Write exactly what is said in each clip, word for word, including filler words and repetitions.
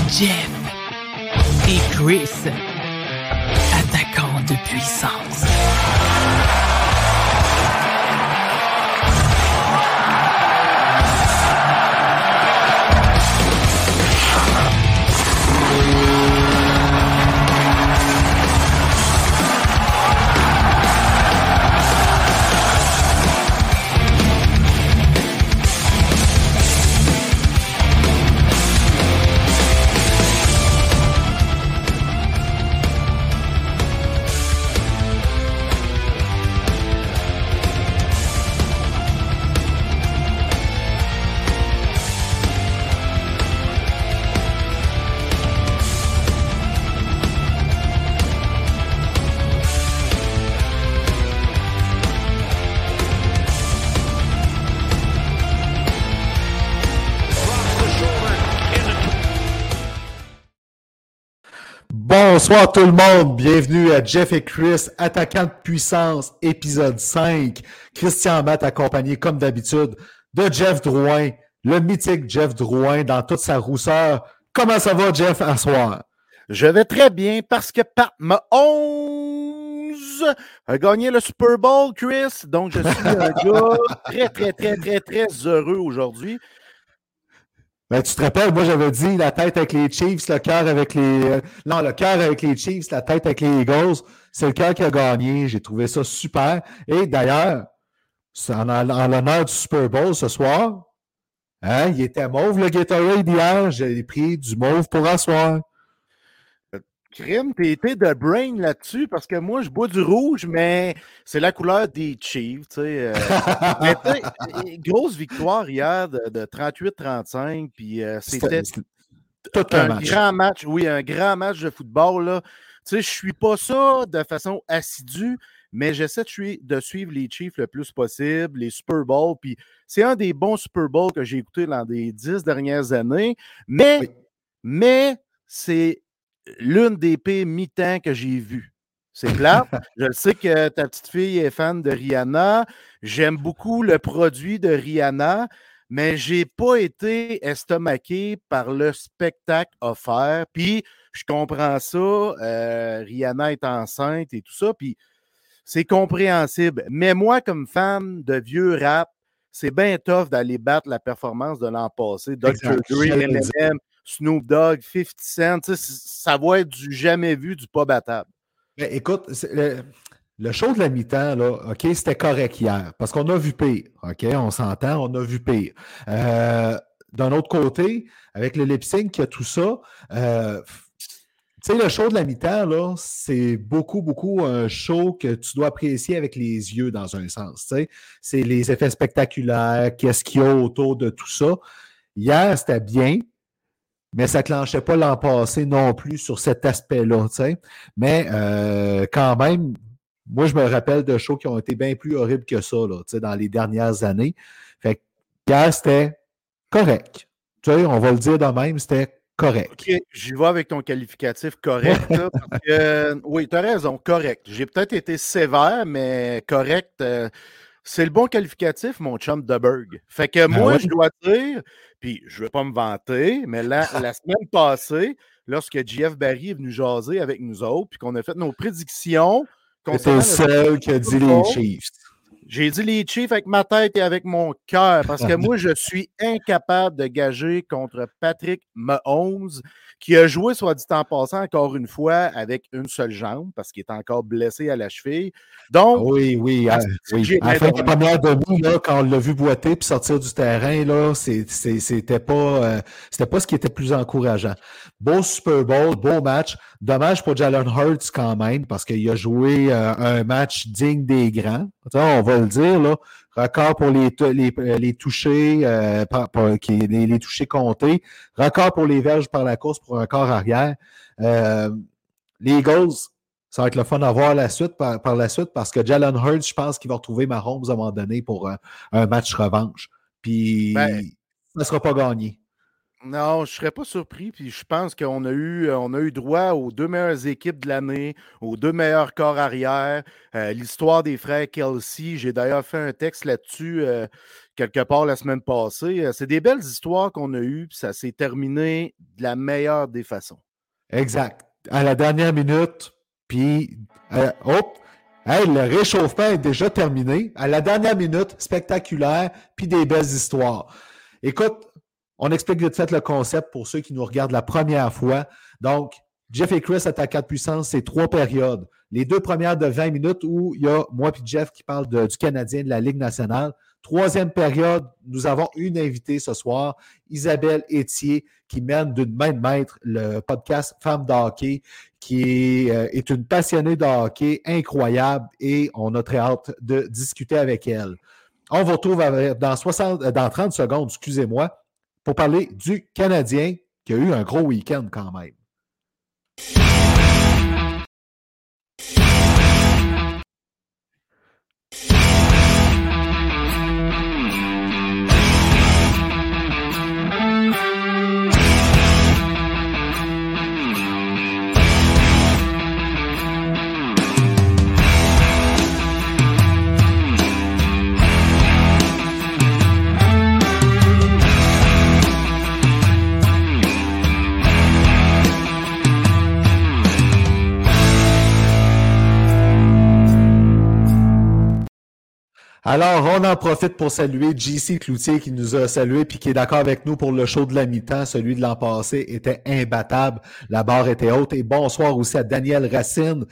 Jeff et Chris, attaquants de puissance. Bonsoir tout le monde, bienvenue à Jeff et Chris, attaquants de puissance, épisode cinq. Christian Matt accompagné comme d'habitude de Jeff Drouin, le mythique Jeff Drouin dans toute sa rousseur. Comment ça va Jeff à soir? Je vais très bien parce que Pat Mahomes a gagné le Super Bowl, Chris. Donc je suis un gars très, très, très, très, très heureux aujourd'hui. Ben, tu te rappelles, moi j'avais dit la tête avec les Chiefs, le cœur avec les... Euh, non, le cœur avec les Chiefs, la tête avec les Eagles. C'est le cœur qui a gagné. J'ai trouvé ça super. Et d'ailleurs, en, en l'honneur du Super Bowl ce soir, hein, il était mauve le Gatorade hier. J'ai pris du mauve pour asseoir. Crime, t'es été de brain là-dessus parce que moi, je bois du rouge, mais c'est la couleur des Chiefs, tu sais. Euh, mais tu sais, grosse victoire hier de, de trente-huit trente-cinq, puis euh, c'était, c'était tout un, un match. grand match, oui, un grand match de football, là. Tu sais, je suis pas ça de façon assidue, mais j'essaie de, suivre, de suivre les Chiefs le plus possible, les Super Bowls, puis c'est un des bons Super Bowls que j'ai écouté dans les dix dernières années, mais, oui. mais c'est l'une des pires mi-temps que j'ai vues. C'est plate. Je le sais que ta petite fille est fan de Rihanna. J'aime beaucoup le produit de Rihanna, mais je n'ai pas été estomaqué par le spectacle offert. Puis, je comprends ça. Euh, Rihanna est enceinte et tout ça. Puis, c'est compréhensible. Mais moi, comme fan de vieux rap, c'est bien tough d'aller battre la performance de l'an passé. docteur Dre, Eminem, Snoop Dogg, fifty Cent, ça va être du jamais vu, du pas battable. Ben, écoute, le, le show de la mi-temps, là, OK, c'était correct hier, parce qu'on a vu pire, OK, on s'entend, on a vu pire. Euh, d'un autre côté, avec le lip-sync, il y a tout ça, euh, tu sais, le show de la mi-temps, là, c'est beaucoup, beaucoup un show que tu dois apprécier avec les yeux dans un sens, tu sais. C'est les effets spectaculaires, qu'est-ce qu'il y a autour de tout ça. Hier, c'était bien, mais ça ne clenchait pas l'an passé non plus sur cet aspect-là, tu sais. Mais euh, quand même, moi, je me rappelle de shows qui ont été bien plus horribles que ça, là, tu sais, dans les dernières années. Fait que hier, c'était correct. Tu sais, on va le dire de même, c'était correct. OK, j'y vais avec ton qualificatif correct, là, parce que, euh, oui, tu as raison, correct. J'ai peut-être été sévère, mais correct, euh, c'est le bon qualificatif, mon chum de Berg. Fait que moi, ah ouais? Je dois dire, puis je ne veux pas me vanter, mais la, la semaine passée, lorsque J F Barry est venu jaser avec nous autres, puis qu'on a fait nos prédictions... C'était le seul qui a dit les Chiefs. J'ai dit les Chiefs avec ma tête et avec mon cœur, parce que moi, je suis incapable de gager contre Patrick Mahomes, qui a joué, soit dit en passant, encore une fois, avec une seule jambe, parce qu'il est encore blessé à la cheville. Donc, oui, oui. À, oui. à la fin de la première demi, là, quand on l'a vu boiter puis sortir du terrain, là, c'est, c'est, c'était pas, euh, c'était pas ce qui était plus encourageant. Beau Super Bowl, beau match. Dommage pour Jalen Hurts quand même, parce qu'il a joué euh, un match digne des grands. On va le dire, là. Record pour les, les, les touchés, euh, par, par, les, les touchés comptés. Record pour les verges par la course pour un corps arrière. Euh, les Eagles, ça va être le fun à voir la suite, par, par la suite, parce que Jalen Hurts, je pense qu'il va retrouver Mahomes à un moment donné pour un, un match revanche. Puis, ben, ça ne sera pas gagné. Non, je ne serais pas surpris. Puis je pense qu'on a eu, on a eu droit aux deux meilleures équipes de l'année, aux deux meilleurs corps arrière. Euh, l'histoire des frères Kelsey, j'ai d'ailleurs fait un texte là-dessus euh, quelque part la semaine passée. C'est des belles histoires qu'on a eues, puis ça s'est terminé de la meilleure des façons. Exact. À la dernière minute, puis euh, hop, hey, le réchauffement est déjà terminé. À la dernière minute, spectaculaire, puis des belles histoires. Écoute, on explique vite fait le concept pour ceux qui nous regardent la première fois. Donc, Jeff et Chris attaquent quatre puissances, c'est trois périodes. Les deux premières de vingt minutes où il y a moi et Jeff qui parlent de, du Canadien de la Ligue nationale. Troisième période, nous avons une invitée ce soir, Isabelle Etier, qui mène d'une main de maître le podcast Femmes de hockey, qui est, euh, est une passionnée de hockey incroyable et on a très hâte de discuter avec elle. On vous retrouve avec, dans, soixante, dans trente secondes, excusez-moi, pour parler du Canadien qui a eu un gros week-end quand même. Alors, on en profite pour saluer J C Cloutier qui nous a salué puis qui est d'accord avec nous pour le show de la mi-temps. Celui de l'an passé était imbattable. La barre était haute. Et bonsoir aussi à Daniel Racine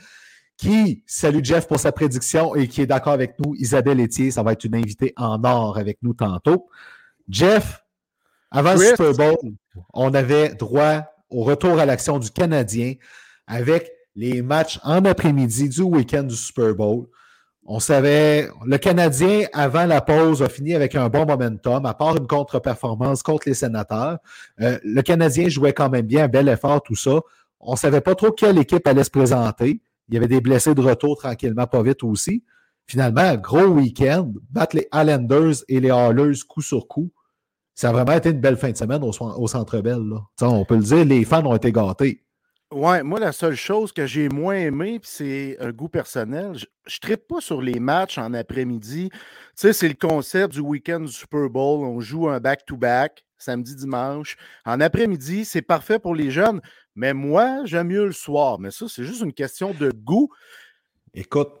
qui salue Jeff pour sa prédiction et qui est d'accord avec nous. Isabelle Etier, ça va être une invitée en or avec nous tantôt. Jeff, avant Chris. Le Super Bowl, on avait droit au retour à l'action du Canadien avec les matchs en après-midi du week-end du Super Bowl. On savait, le Canadien, avant la pause, a fini avec un bon momentum, à part une contre-performance contre les Sénateurs. Euh, le Canadien jouait quand même bien, un bel effort, tout ça. On ne savait pas trop quelle équipe allait se présenter. Il y avait des blessés de retour tranquillement, pas vite aussi. Finalement, gros week-end, battre les Islanders et les Oilers coup sur coup. Ça a vraiment été une belle fin de semaine au, au Centre Bell. Là. On peut le dire, les fans ont été gâtés. Ouais, moi, la seule chose que j'ai moins aimé, puis c'est un goût personnel, je ne trippe pas sur les matchs en après-midi. Tu sais, c'est le concept du week-end du Super Bowl. On joue un back-to-back, samedi, dimanche. En après-midi, c'est parfait pour les jeunes, mais moi, j'aime mieux le soir. Mais ça, c'est juste une question de goût. Écoute,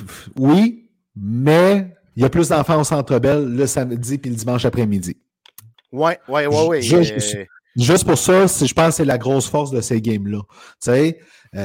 oui, mais il y a plus d'enfants au Centre Bell le samedi puis le dimanche après-midi. Oui, oui, oui, oui. Juste, euh... juste pour ça, je pense que c'est la grosse force de ces games-là. Tu sais,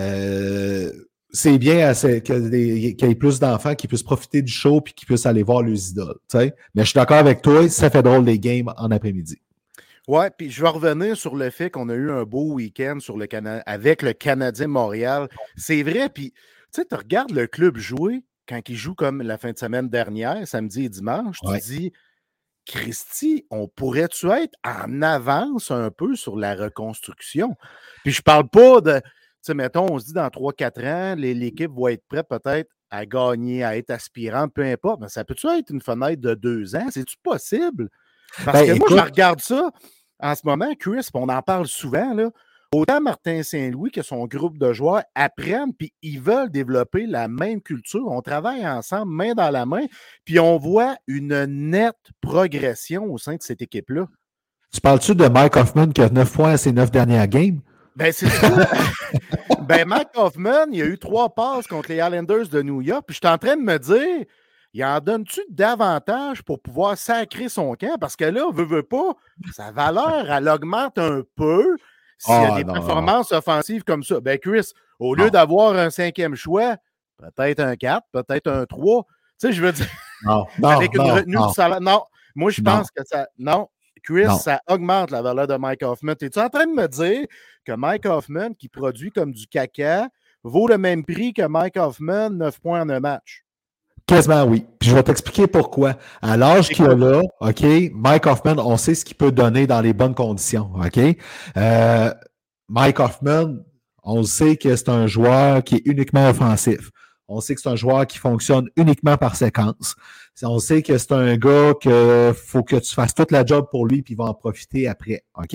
euh, c'est bien qu'il y ait plus d'enfants qui puissent profiter du show et qui puissent aller voir leurs idoles. Tu sais. Mais je suis d'accord avec toi, ça fait drôle les games en après-midi. Oui, puis je vais revenir sur le fait qu'on a eu un beau week-end sur le Cana- avec le Canadien Montréal. C'est vrai, puis tu sais, tu regardes le club jouer quand il joue comme la fin de semaine dernière, samedi et dimanche, ouais. Tu dis... Christy, on pourrait-tu être en avance un peu sur la reconstruction? Puis je parle pas de, tu sais, mettons, on se dit dans trois quatre ans, les, l'équipe va être prête peut-être à gagner, à être aspirante, peu importe, mais ça peut-tu être une fenêtre de deux ans? C'est-tu possible? Parce ben, que écoute... moi, je regarde ça en ce moment, Chris, on en parle souvent, là. Autant Martin Saint-Louis que son groupe de joueurs apprennent puis ils veulent développer la même culture. On travaille ensemble, main dans la main, puis on voit une nette progression au sein de cette équipe-là. Tu parles-tu de Mike Hoffman qui a neuf points à ses neuf dernières games? Ben, c'est ça. ben, Mike Hoffman, il a eu trois passes contre les Islanders de New York, puis je suis en train de me dire, il en donne-tu davantage pour pouvoir sacrer son camp? Parce que là, veut, veut pas, sa valeur, elle augmente un peu. S'il y a oh, des non, performances non. offensives comme ça, ben Chris, au lieu non. d'avoir un cinquième choix, peut-être un quatre, peut-être un trois, tu sais, je veux dire, non, non, avec une non, retenue non. de salaire. Non, moi, je pense que ça. Non, Chris, non. ça augmente la valeur de Mike Hoffman. Es-tu en train de me dire que Mike Hoffman, qui produit comme du caca, vaut le même prix que Mike Hoffman, neuf points en un match? Quasiment oui. Puis je vais t'expliquer pourquoi. À l'âge qu'il a là, OK, Mike Hoffman, on sait ce qu'il peut donner dans les bonnes conditions. OK? Euh, Mike Hoffman, on sait que c'est un joueur qui est uniquement offensif. On sait que c'est un joueur qui fonctionne uniquement par séquence. On sait que c'est un gars que faut que tu fasses toute la job pour lui puis il va en profiter après. OK?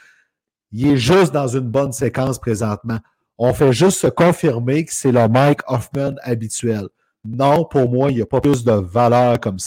Il est juste dans une bonne séquence présentement. On fait juste se confirmer que c'est le Mike Hoffman habituel. Non, pour moi, il n'y a pas plus de valeur comme c'est là.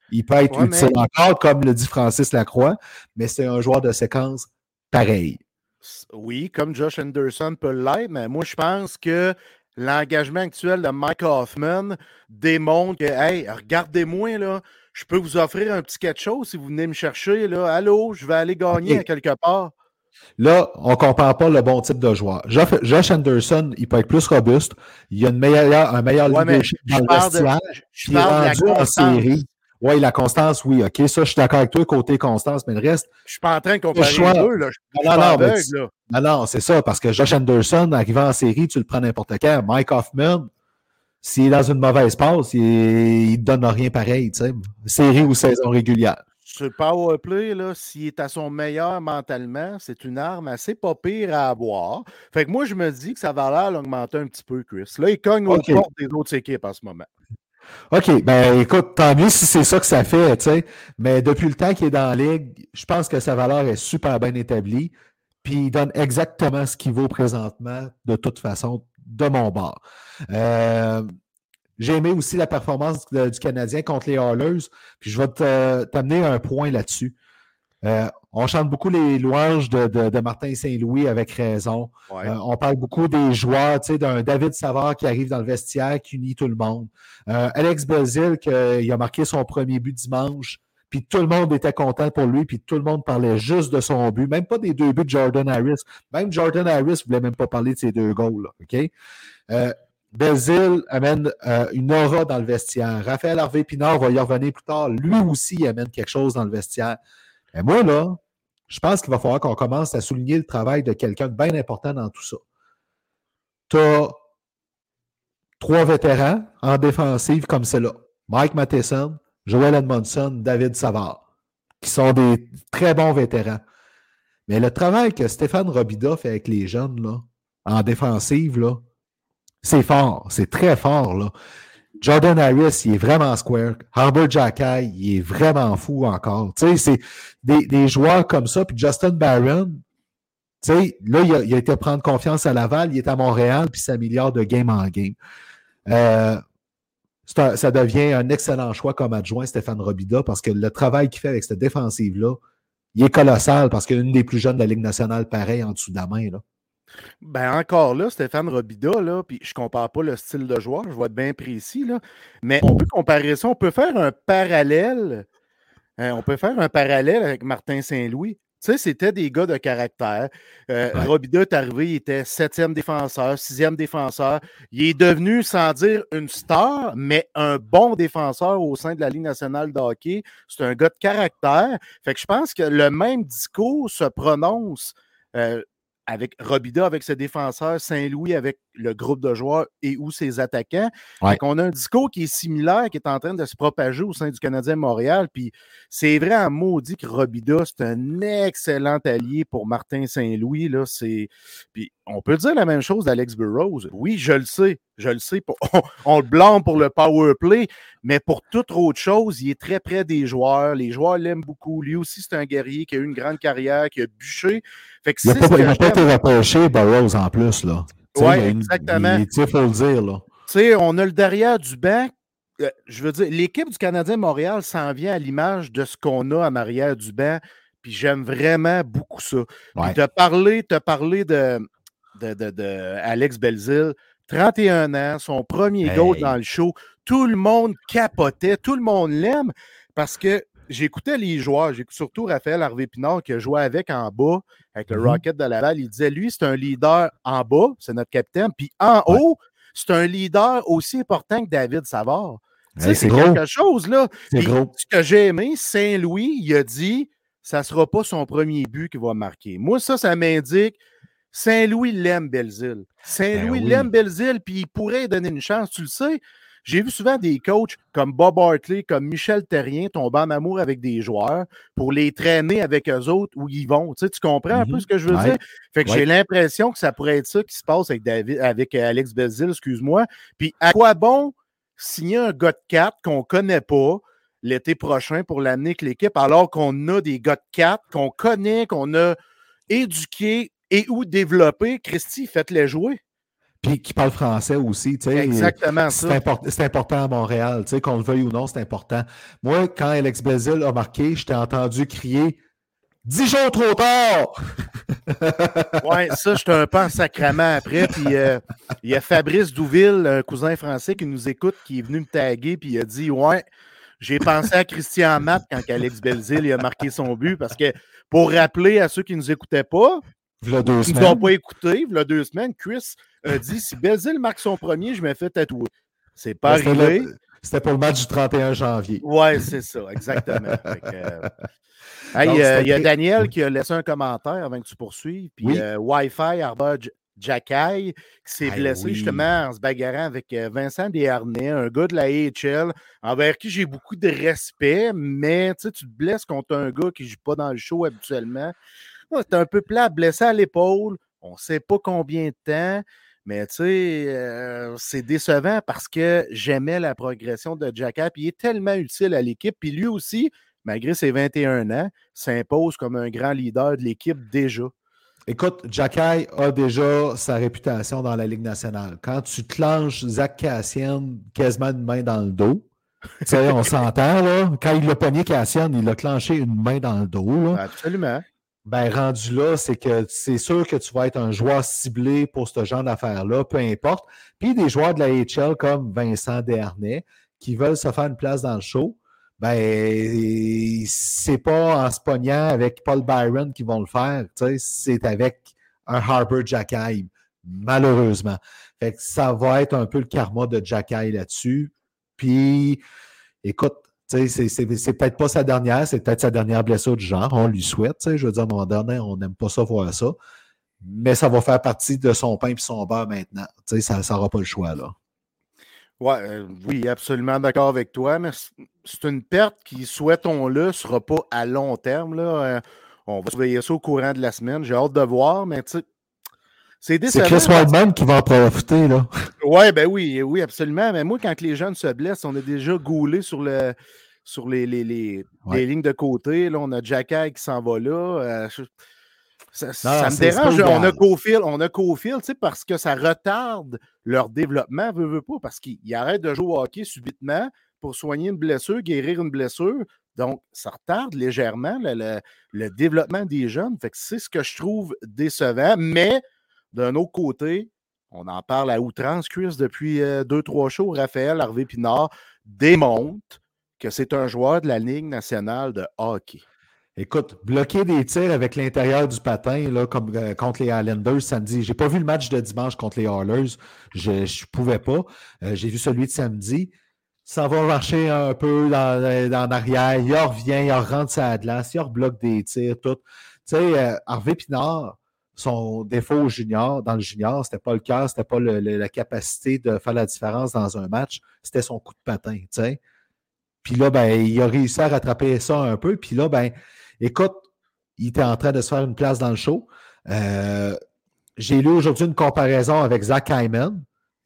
Il peut être Ouais, utile mais... encore, comme le dit Francis Lacroix, mais c'est un joueur de séquence pareil. Oui, comme Josh Anderson peut l'être, mais moi, je pense que l'engagement actuel de Mike Hoffman démontre que, hey, regardez-moi, là, je peux vous offrir un petit quelque chose si vous venez me chercher, là. Allô, je vais aller gagner Okay. à quelque part. Là, on ne compare pas le bon type de joueur. Josh Anderson, il peut être plus robuste. Il a une meilleure, un meilleur ouais, leadership dans le vestiaire. De, je, je il est parle rendu de la en série. Oui, la constance, oui. OK, ça, je suis d'accord avec toi, côté constance, mais le reste. Je suis pas en train de comparer les deux, là. Je suis non, pas non, aveugle, tu... là. non, non, c'est ça, parce que Josh Anderson, arrivant en série, tu le prends n'importe quand. Mike Hoffman, s'il est dans une mauvaise passe, il ne te donne rien pareil, tu sais. Série ou saison régulière. Sur le powerplay, là, s'il est à son meilleur mentalement, c'est une arme assez pas pire à avoir. Fait que moi, je me dis que sa valeur l'augmente un petit peu, Chris. Là, il cogne okay. aux portes des autres équipes en ce moment. OK, ben écoute, tant mieux si c'est ça que ça fait, tu sais. Mais depuis le temps qu'il est dans la ligue, je pense que sa valeur est super bien établie. Puis il donne exactement ce qu'il vaut présentement, de toute façon, de mon bord. Euh, J'ai aimé aussi la performance de, du Canadien contre les Oilers. Puis je vais te, t'amener un point là-dessus. Euh, on chante beaucoup les louanges de, de, de Martin Saint-Louis avec raison. Ouais. Euh, on parle beaucoup des joueurs, tu sais, d'un David Savard qui arrive dans le vestiaire, qui unit tout le monde. Euh, Alex Belzile, qui a marqué son premier but dimanche, puis tout le monde était content pour lui, puis tout le monde parlait juste de son but, même pas des deux buts de Jordan Harris. Même Jordan Harris ne voulait même pas parler de ces deux goals, là, OK? Euh, Belzile amène euh, une aura dans le vestiaire. Raphaël Harvey-Pinard va y revenir plus tard. Lui aussi, il amène quelque chose dans le vestiaire. Mais moi, là, je pense qu'il va falloir qu'on commence à souligner le travail de quelqu'un de bien important dans tout ça. Tu as trois vétérans en défensive comme c'est là. Mike Matheson, Joel Edmondson, David Savard, qui sont des très bons vétérans. Mais le travail que Stéphane Robida fait avec les jeunes, là, en défensive, là, c'est fort. C'est très fort, là. Jordan Harris, il est vraiment square. Harbour Jackay, il est vraiment fou encore. Tu sais, c'est des, des joueurs comme ça. Puis Justin Barron, tu sais, là, il a, il a été prendre confiance à Laval, il est à Montréal, puis il s'améliore de game en game. Euh, un, ça devient un excellent choix comme adjoint, Stéphane Robida, parce que le travail qu'il fait avec cette défensive-là, il est colossal, parce qu'il y a une des plus jeunes de la Ligue nationale, pareil, en dessous de la main, là. Ben encore là, Stéphane Robida, là, puis je compare pas le style de joueur, je vais être bien précis, là, mais on peut comparer ça, on peut faire un parallèle, hein, on peut faire un parallèle avec Martin Saint-Louis. Tu sais, c'était des gars de caractère. Euh, ouais. Robida est arrivé, il était septième défenseur, sixième défenseur. Il est devenu, sans dire une star, mais un bon défenseur au sein de la Ligue nationale de hockey. C'est un gars de caractère. Fait que je pense que le même discours se prononce euh, avec Robida, avec ses défenseurs, Saint-Louis avec le groupe de joueurs et ou ses attaquants. Ouais. On a un discours qui est similaire, qui est en train de se propager au sein du Canadien de Montréal. Puis c'est vrai en maudit que Robida, c'est un excellent allié pour Martin Saint-Louis. Là, c'est... Puis on peut dire la même chose d'Alex Burrows. Oui, je le sais. Je le sais. Pour... On, on le blâme pour le power play, mais pour toute autre chose, il est très près des joueurs. Les joueurs l'aiment beaucoup. Lui aussi, c'est un guerrier qui a eu une grande carrière, qui a bûché. Fait que il n'a pas, il pas été repêché, Burrows, en plus, là. Oui, exactement. Il faut le dire, là. Tu sais, on a le derrière du banc. Euh, je veux dire, l'équipe du Canadien de Montréal s'en vient à l'image de ce qu'on a en arrière du banc. Puis j'aime vraiment beaucoup ça. Ouais. Puis tu as parlé, t'as parlé de, de, de, de Alex Belzile, trente et un ans, son premier hey. goal dans le show. Tout le monde capotait, tout le monde l'aime parce que j'écoutais les joueurs, j'écoute surtout Raphaël Harvey-Pinard qui a joué avec en bas, avec le mm-hmm. Rocket de Laval. Il disait, lui, c'est un leader en bas, c'est notre capitaine. Puis en ouais. haut, c'est un leader aussi important que David Savard. Ouais, c'est quelque gros. chose, là. C'est gros. Ce que j'ai aimé, Saint-Louis, il a dit, ça ne sera pas son premier but qu'il va marquer. Moi, ça, ça m'indique, Saint-Louis l'aime, Belzile. Saint-Louis ben oui. l'aime, Belzile, puis il pourrait donner une chance, tu le sais. J'ai vu souvent des coachs comme Bob Hartley, comme Michel Terrien tomber en amour avec des joueurs pour les traîner avec eux autres où ils vont. Tu sais, tu comprends mm-hmm. un peu ce que je veux ouais. dire? Fait que ouais. j'ai l'impression que ça pourrait être ça qui se passe avec, David, avec Alex Belzile, excuse-moi. Puis à quoi bon signer un gars de quatre qu'on ne connaît pas l'été prochain pour l'amener avec l'équipe alors qu'on a des gars de quatre qu'on connaît, qu'on a éduqués et ou développés? Christy, faites-les jouer. Puis qui parle français aussi. Exactement c'est ça. Import, c'est important à Montréal, qu'on le veuille ou non, c'est important. Moi, quand Alex Belzile a marqué, je t'ai entendu crier « dix jours trop tard! » Oui, ça, j'étais un peu en sacrament après. Puis euh, il y a Fabrice Douville, un cousin français qui nous écoute, qui est venu me taguer, puis il a dit « Ouais, j'ai pensé à Christian Matt quand Alex Belzile il a marqué son but. » Parce que pour rappeler à ceux qui ne nous écoutaient pas, V'là deux qui ne semaines. nous ont pas écoutés, il y a deux semaines, Chris a dit « Si Belzile marque son premier, je me fais tatouer. » C'est pas Ben, arrivé. C'était, le, c'était pour le match du trente et un janvier. Oui, c'est ça, exactement. Fait que, euh... Hey, il euh, y a très... Daniel qui a laissé un commentaire avant que tu poursuives. Puis oui. euh, Wi-Fi, Arba Jacky, qui s'est hey, blessé oui. justement en se bagarrant avec euh, Vincent Desharnais, un gars de la A H L, envers qui j'ai beaucoup de respect, mais tu te blesses contre un gars qui ne joue pas dans le show habituellement. C'est un peu plat, blessé à l'épaule. On ne sait pas combien de temps, mais tu sais, euh, c'est décevant parce que j'aimais la progression de Jacky. Puis il est tellement utile à l'équipe. Puis lui aussi, malgré ses vingt et un ans, s'impose comme un grand leader de l'équipe déjà. Écoute, Jacky a déjà sa réputation dans la Ligue nationale. Quand tu clenches Zach Kassian quasiment une main dans le dos, tu sais, on s'entend, là. Quand il l'a pogné Kassian, il a clenché une main dans le dos. Là. Absolument. Ben, rendu là, c'est que c'est sûr que tu vas être un joueur ciblé pour ce genre d'affaires-là, peu importe. Puis des joueurs de la A H L comme Vincent Desharnais qui veulent se faire une place dans le show, ben, c'est pas en se pognant avec Paul Byron qu'ils vont le faire, tu sais, c'est avec un Harper Jacky, malheureusement. Fait que ça va être un peu le karma de Jacky là-dessus. Puis, écoute, tu sais, c'est, c'est, c'est peut-être pas sa dernière, c'est peut-être sa dernière blessure du genre, on lui souhaite, tu sais, je veux dire, à un moment donné, on n'aime pas ça voir ça, mais ça va faire partie de son pain et son beurre maintenant, tu sais, ça n'aura pas le choix, là. Ouais, euh, oui, absolument d'accord avec toi, mais c'est une perte qui, souhaitons-le, ne sera pas à long terme. Là. Euh, on va surveiller ça au courant de la semaine. J'ai hâte de voir, mais tu sais, c'est décevant. C'est Chris Wildman qui va en profiter, là. Ouais, ben oui, oui, absolument. Mais moi, quand les jeunes se blessent, on a déjà goulé sur le sur les, les, les, ouais. les lignes de côté. Là, on a Jacky qui s'en va là. Euh, je... Ça, non, ça me dérange. On a Cofield, on a Cofield, tu sais, parce que ça retarde leur développement, veut, veut pas, parce qu'ils arrêtent de jouer au hockey subitement pour soigner une blessure, guérir une blessure. Donc, ça retarde légèrement le, le, le développement des jeunes. Fait que c'est ce que je trouve décevant. Mais, d'un autre côté, on en parle à outrance, Chris, depuis euh, deux, trois shows. Raphaël Harvey Pinard démontre que c'est un joueur de la Ligue nationale de hockey. Écoute, bloquer des tirs avec l'intérieur du patin, là, comme euh, contre les Islanders samedi. J'ai pas vu le match de dimanche contre les Oilers. Je ne pouvais pas. Euh, j'ai vu celui de samedi. Ça va marcher un peu dans, dans l'arrière. Il revient, il rentre sa glace, il rebloque des tirs, tout. Tu sais, euh, Harvey Pinard, son défaut au junior, dans le junior, c'était pas le cœur, c'était pas le, le, la capacité de faire la différence dans un match, c'était son coup de patin, tu sais. Puis là, ben, il a réussi à rattraper ça un peu. Puis là, ben, écoute, il était en train de se faire une place dans le show. Euh, j'ai lu aujourd'hui une comparaison avec Zach Hyman.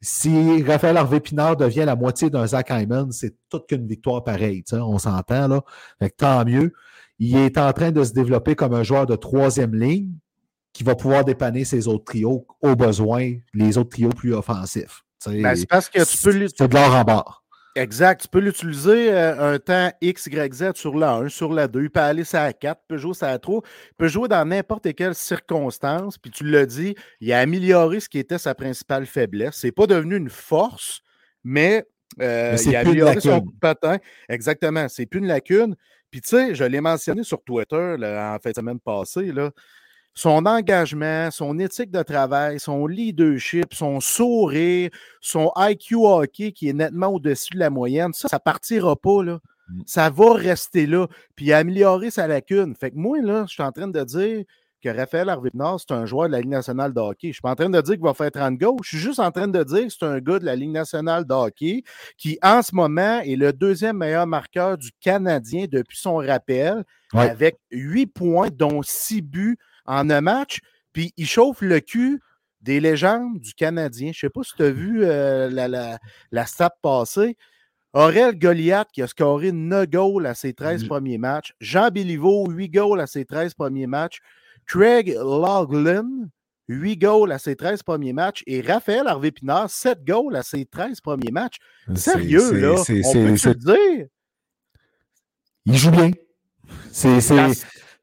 Si Raphaël Harvey Pinard devient la moitié d'un Zach Hyman, c'est toute qu'une victoire pareille. On s'entend, là. Fait que tant mieux. Il est en train de se développer comme un joueur de troisième ligne qui va pouvoir dépanner ses autres trios au besoin, les autres trios plus offensifs. Ben, c'est parce que tu peux lui... C'est de l'or en barre. Exact. Tu peux l'utiliser euh, un temps X, Y, Z sur la un, sur la deux. Il peut aller sur la quatre, il peut jouer sur la trois. Il peut jouer dans n'importe quelle circonstance. Puis tu l'as dit, il a amélioré ce qui était sa principale faiblesse. C'est pas devenu une force, mais, euh, mais il a amélioré son coup de patin. Exactement. C'est plus une lacune. Puis tu sais, je l'ai mentionné sur Twitter là, en fin de semaine passée, là. Son engagement, son éthique de travail, son leadership, son sourire, son I Q hockey qui est nettement au-dessus de la moyenne, ça, ça partira pas, là. Mm. Ça va rester là. Puis améliorer sa lacune. Fait que moi, là, je suis en train de dire que Raphaël Harvey Pinard, c'est un joueur de la Ligue nationale de hockey. Je suis pas en train de dire qu'il va faire trente goals. Je suis juste en train de dire que c'est un gars de la Ligue nationale de hockey qui, en ce moment, est le deuxième meilleur marqueur du Canadien depuis son rappel, ouais. avec huit points, dont six buts en un match, puis il chauffe le cul des légendes du Canadien. Je ne sais pas si tu as vu euh, la, la, la stat passée. Aurel Goliath qui a scoré neuf goals à ses treize mmh. premiers matchs. Jean Béliveau, huit goals à ses treize premiers matchs. Craig Loughlin, huit goals à ses treize premiers matchs et Raphaël Harvey-Pinard, sept goals à ses treize premiers matchs. Sérieux, c'est, là, c'est, on c'est, peut c'est... le dire? Il joue bien. C'est... c'est... La...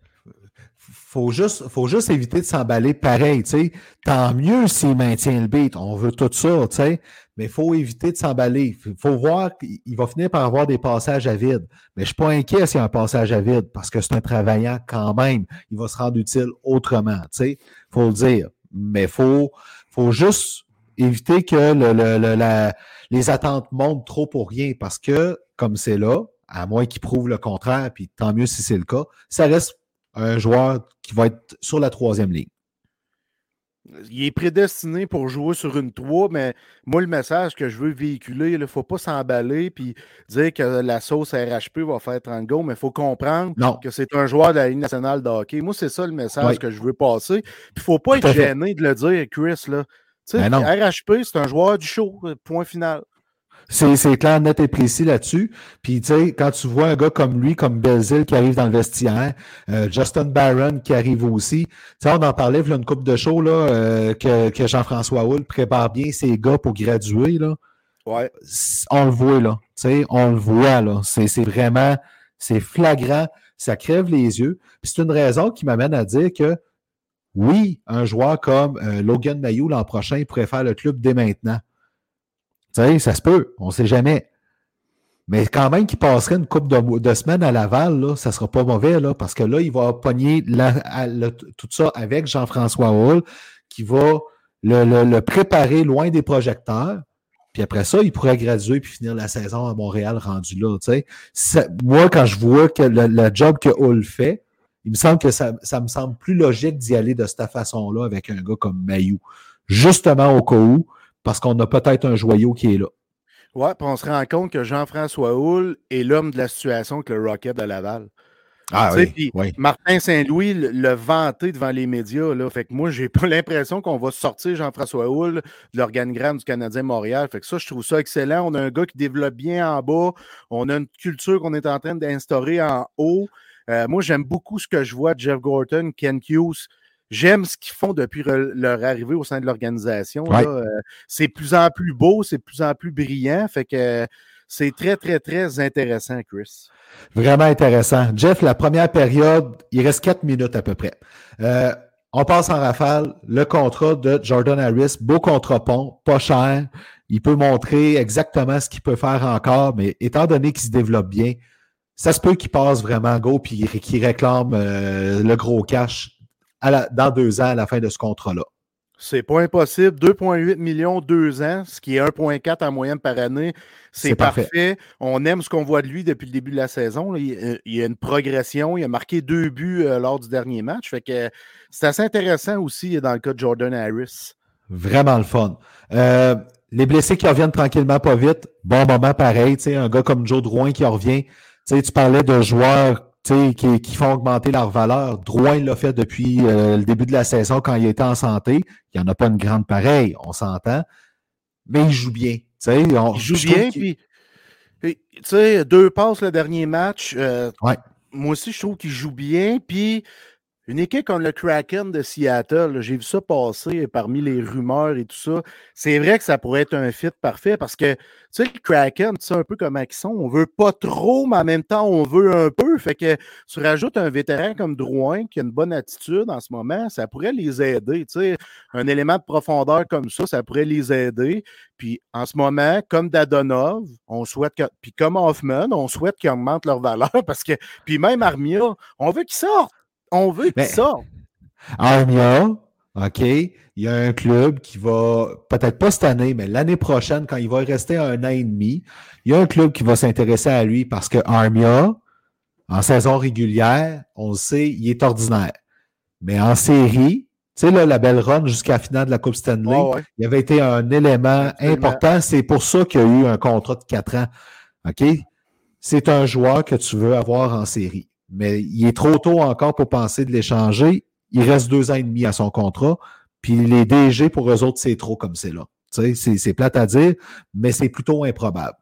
Faut juste, faut juste éviter de s'emballer pareil, tu sais. Tant mieux s'il maintient le beat. On veut tout ça, tu sais. Mais il faut éviter de s'emballer. Il faut voir qu'il va finir par avoir des passages à vide. Mais je ne suis pas inquiet s'il y a un passage à vide parce que c'est un travaillant quand même. Il va se rendre utile autrement, tu sais. Il faut le dire. Mais il faut, faut juste éviter que le, le, le, la, les attentes montent trop pour rien parce que, comme c'est là, à moins qu'il prouve le contraire, puis tant mieux si c'est le cas, ça reste un joueur qui va être sur la troisième ligne. Il est prédestiné pour jouer sur une trois, mais moi, le message que je veux véhiculer, il ne faut pas s'emballer et dire que la sauce R H P va faire trente goals, mais il faut comprendre non. que c'est un joueur de la Ligue nationale de hockey. Moi, c'est ça le message oui. que je veux passer. Il ne faut pas Tout être gêné fait. de le dire, Chris. Là. Ben R H P, c'est un joueur du show, point final. C'est, c'est clair, net et précis là-dessus. Puis, tu sais, quand tu vois un gars comme lui, comme Belzile qui arrive dans le vestiaire, euh, Justin Barron qui arrive aussi, tu sais, on en parlait, il y a une couple de shows, là, euh, que, que Jean-François Houle prépare bien ses gars pour graduer, là. Ouais. On le voit, là. Tu sais, on le voit, là. C'est, c'est vraiment, c'est flagrant. Ça crève les yeux. Puis c'est une raison qui m'amène à dire que, oui, un joueur comme euh, Logan Mailloux l'an prochain, il pourrait faire le club dès maintenant. Tu sais, ça se peut, on ne sait jamais. Mais quand même qu'il passerait une couple de, de semaines à Laval, là, ça ne sera pas mauvais, là, parce que là, il va pogner la, à, le, tout ça avec Jean-François Houle, qui va le, le, le préparer loin des projecteurs. Puis après ça, il pourrait graduer puis finir la saison à Montréal rendu là. Tu sais. Ça, moi, quand je vois que le, le job que Houle fait, il me semble que ça, ça me semble plus logique d'y aller de cette façon-là avec un gars comme Mailloux. Justement au cas où, parce qu'on a peut-être un joyau qui est là. Oui, puis on se rend compte que Jean-François Houle est l'homme de la situation avec le Rocket de Laval. Ah oui, oui. Martin Saint-Louis l'a vanté devant les médias. Là. Fait que moi, j'ai pas l'impression qu'on va sortir Jean-François Houle de l'organigramme du Canadien Montréal. Fait que ça, je trouve ça excellent. On a un gars qui développe bien en bas. On a une culture qu'on est en train d'instaurer en haut. Euh, moi, j'aime beaucoup ce que je vois de Jeff Gorton, Ken Hughes. J'aime ce qu'ils font depuis re- leur arrivée au sein de l'organisation. Ouais. Là. Euh, c'est de plus en plus beau, c'est de plus en plus brillant. Fait que euh, c'est très, très, très intéressant, Chris. Vraiment intéressant. Jeff, la première période, il reste quatre minutes à peu près. Euh, on passe en rafale. Le contrat de Jordan Harris, beau contrat pont, pas cher. Il peut montrer exactement ce qu'il peut faire encore, mais étant donné qu'il se développe bien, ça se peut qu'il passe vraiment go puis qu'il réclame euh, le gros cash à la, dans deux ans à la fin de ce contrat-là. C'est pas impossible. deux virgule huit millions, deux ans, ce qui est un virgule quatre en moyenne par année. C'est, c'est parfait. parfait. On aime ce qu'on voit de lui depuis le début de la saison. Il, il y a une progression. Il a marqué deux buts euh, lors du dernier match. Fait que c'est assez intéressant aussi dans le cas de Jordan Harris. Vraiment le fun. Euh, les blessés qui reviennent tranquillement pas vite. Bon moment pareil. Un gars comme Joe Drouin qui revient. Tu parlais de joueurs qui, qui font augmenter leur valeur. Drouin l'a fait depuis euh, le début de la saison quand il était en santé. Il n'y en a pas une grande pareille, on s'entend. Mais il joue bien. On, il joue bien, puis tu sais, deux passes le dernier match. Euh, ouais. Moi aussi, je trouve qu'il joue bien. Puis une équipe comme le Kraken de Seattle, là, j'ai vu ça passer parmi les rumeurs et tout ça. C'est vrai que ça pourrait être un fit parfait parce que, tu sais, le Kraken, tu sais un peu comment ils sont. On veut pas trop, mais en même temps, on veut un peu. Fait que tu rajoutes un vétéran comme Drouin qui a une bonne attitude en ce moment, ça pourrait les aider. Tu sais, un élément de profondeur comme ça, ça pourrait les aider. Puis en ce moment, comme Dadonov, on souhaite que, puis comme Hoffman, on souhaite qu'ils augmentent leur valeur parce que, puis même Armia, on veut qu'ils sortent. On veut qu'il sorte. Armia, OK, il y a un club qui va, peut-être pas cette année, mais l'année prochaine, quand il va rester un an et demi, il y a un club qui va s'intéresser à lui parce que Armia, en saison régulière, on le sait, il est ordinaire. Mais en série, tu sais, là, la belle run jusqu'à la finale de la Coupe Stanley, oh ouais. il avait été un élément Absolument. important. C'est pour ça qu'il y a eu un contrat de quatre ans. OK? C'est un joueur que tu veux avoir en série. Mais il est trop tôt encore pour penser de l'échanger. Il reste deux ans et demi à son contrat. Puis les D G, pour eux autres, c'est trop comme c'est là. Tu sais, c'est, c'est plate à dire, mais c'est plutôt improbable.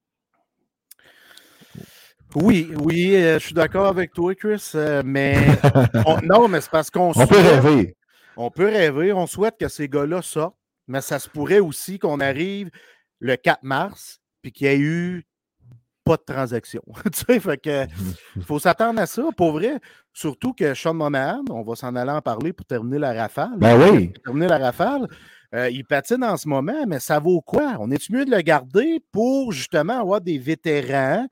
Oui, oui, euh, je suis d'accord avec toi, Chris, euh, mais on, non, mais c'est parce qu'on On souhaite, peut rêver. On peut rêver, on souhaite que ces gars-là sortent, mais ça se pourrait aussi qu'on arrive le quatre mars puis qu'il y ait eu pas de transaction. Tu sais, fait que faut s'attendre à ça, pour vrai. Surtout que Sean Monahan, on va s'en aller en parler pour terminer la rafale. Ben oui. Pour terminer la rafale, euh, il patine en ce moment, mais ça vaut quoi? On est-tu mieux de le garder pour justement avoir des vétérans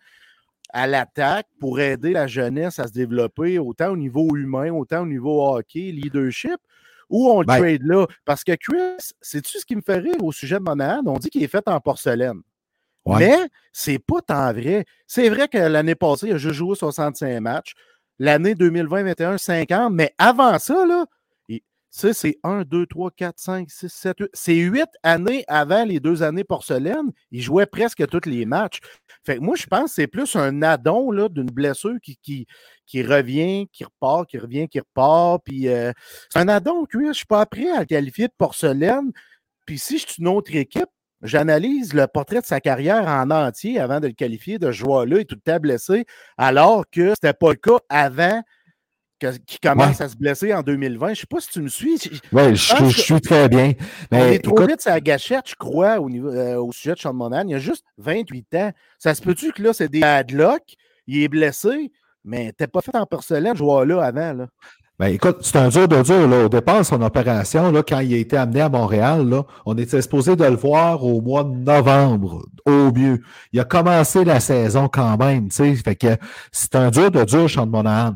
à l'attaque pour aider la jeunesse à se développer autant au niveau humain, autant au niveau hockey, leadership, ou on le Ben, trade là? Parce que Chris, sais-tu ce qui me fait rire au sujet de Monahan? On dit qu'il est fait en porcelaine. Ouais. Mais c'est pas tant vrai. C'est vrai que l'année passée, il a juste joué soixante-cinq matchs. L'année deux mille vingt vingt et un, cinquante. Mais avant ça, là, il, ça, c'est un, deux, trois, quatre, cinq, six, sept, huit. C'est huit années avant les deux années porcelaine. Il jouait presque tous les matchs. Fait que moi, je pense que c'est plus un addon là, d'une blessure qui, qui, qui revient, qui repart, qui revient, qui repart. Puis euh, c'est un addon, je ne suis pas prêt à le qualifier de porcelaine. Puis si je suis une autre équipe, j'analyse le portrait de sa carrière en entier avant de le qualifier de joueur-là et tout le temps blessé, alors que ce n'était pas le cas avant que, qu'il commence ouais. à se blesser en deux mille vingt. Je ne sais pas si tu me suis. Oui, je, je, je suis très bien. Mais on est trop écoute... vite sur la gâchette, je crois, au, niveau, euh, au sujet de Sean Monahan. Il a juste vingt-huit ans. Ça se peut-tu que là, c'est des bad luck, il est blessé, mais t'es pas fait en porcelaine, joueur-là, avant, là. Ben, écoute, c'est un dur de dur. Là. Au départ, son opération, là, quand il a été amené à Montréal, là, on était supposé de le voir au mois de novembre, au mieux. Il a commencé la saison quand même, tu sais. Fait que c'est un dur de dur, Sean Monahan.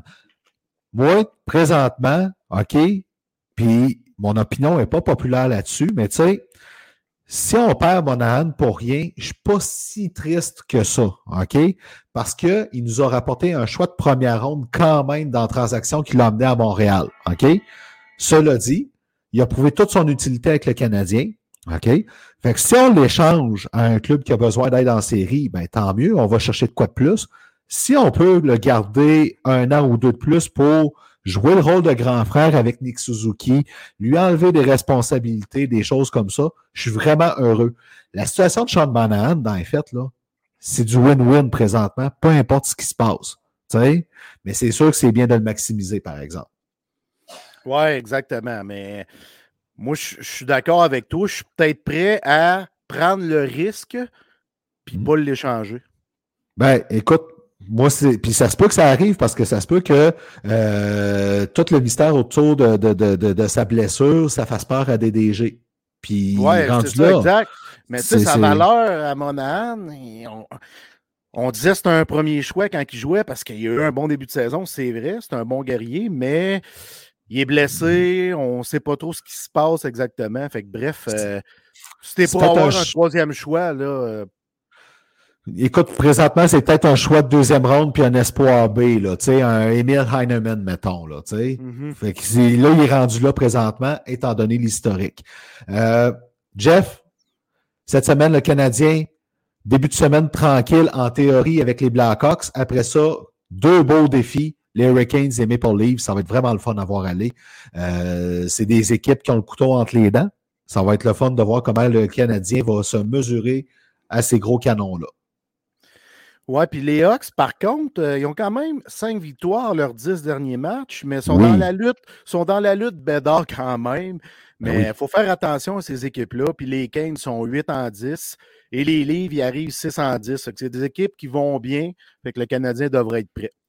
Moi, présentement, OK, puis mon opinion n'est pas populaire là-dessus, mais tu sais, si on perd Monahan pour rien, je ne suis pas si triste que ça, OK? Parce qu'il nous a rapporté un choix de première ronde quand même dans la transaction qui l'a amené à Montréal, OK? Cela dit, il a prouvé toute son utilité avec le Canadien, OK? Fait que si on l'échange à un club qui a besoin d'aide en série, ben tant mieux, on va chercher de quoi de plus. Si on peut le garder un an ou deux de plus pour jouer le rôle de grand frère avec Nick Suzuki, lui enlever des responsabilités, des choses comme ça, je suis vraiment heureux. La situation de Sean Monahan, dans les faits, là, c'est du win-win présentement, peu importe ce qui se passe. T'sais? Mais c'est sûr que c'est bien de le maximiser, par exemple. Oui, exactement. Mais moi, je suis d'accord avec toi. Je suis peut-être prêt à prendre le risque puis mmh. pas l'échanger. Ben, écoute, moi, c'est. Puis ça se peut que ça arrive parce que ça se peut que euh, tout le mystère autour de, de, de, de, de sa blessure, ça fasse peur à des D G. Puis ouais, rendu c'est là. Ça, exact. Mais tu sais, sa c'est... valeur à Monahan, on, on disait que c'était un premier choix quand il jouait parce qu'il a eu un bon début de saison, c'est vrai, c'est un bon guerrier, mais il est blessé, on ne sait pas trop ce qui se passe exactement. Fait que bref, euh, si t'es pour avoir un, un troisième choix, là. Euh, Écoute, présentement, c'est peut-être un choix de deuxième ronde puis un espoir B, là, tu sais, un Emil Heinemann, mettons, là, tu sais. Mm-hmm. Fait que c'est, là, il est rendu là présentement, étant donné l'historique. Euh, Jeff, cette semaine, le Canadien, début de semaine tranquille, en théorie, avec les Blackhawks. Après ça, deux beaux défis, les Hurricanes et Maple Leafs. Ça va être vraiment le fun à voir aller. Euh, c'est des équipes qui ont le couteau entre les dents. Ça va être le fun de voir comment le Canadien va se mesurer à ces gros canons-là. Oui, puis les Hawks, par contre, euh, ils ont quand même cinq victoires leurs dix derniers matchs, mais sont oui. dans la lutte, sont dans la lutte bédard quand même. Mais il oui. faut faire attention à ces équipes-là. Puis les Canes sont huit en dix et les Leafs, ils arrivent six en dix. C'est des équipes qui vont bien. Fait que le Canadien devrait être prêt.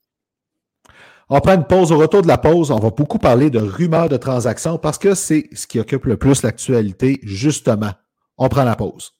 On prend une pause. Au retour de la pause, on va beaucoup parler de rumeurs de transactions parce que c'est ce qui occupe le plus l'actualité, justement. On prend la pause.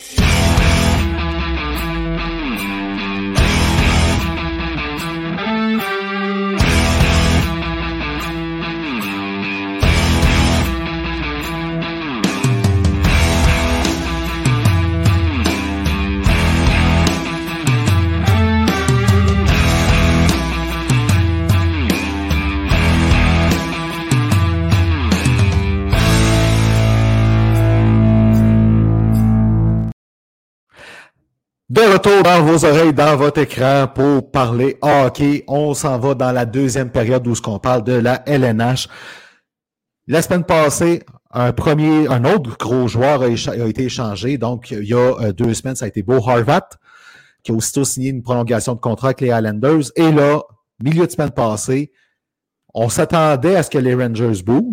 De retour dans vos oreilles, dans votre écran pour parler hockey. On s'en va dans la deuxième période où ce qu'on parle de la L N H. La semaine passée, un premier, un autre gros joueur a, écha- a été échangé. Donc, il y a euh, deux semaines, ça a été Bo Horvat, qui a aussitôt signé une prolongation de contrat avec les Islanders. Et là, milieu de semaine passée, on s'attendait à ce que les Rangers bougent.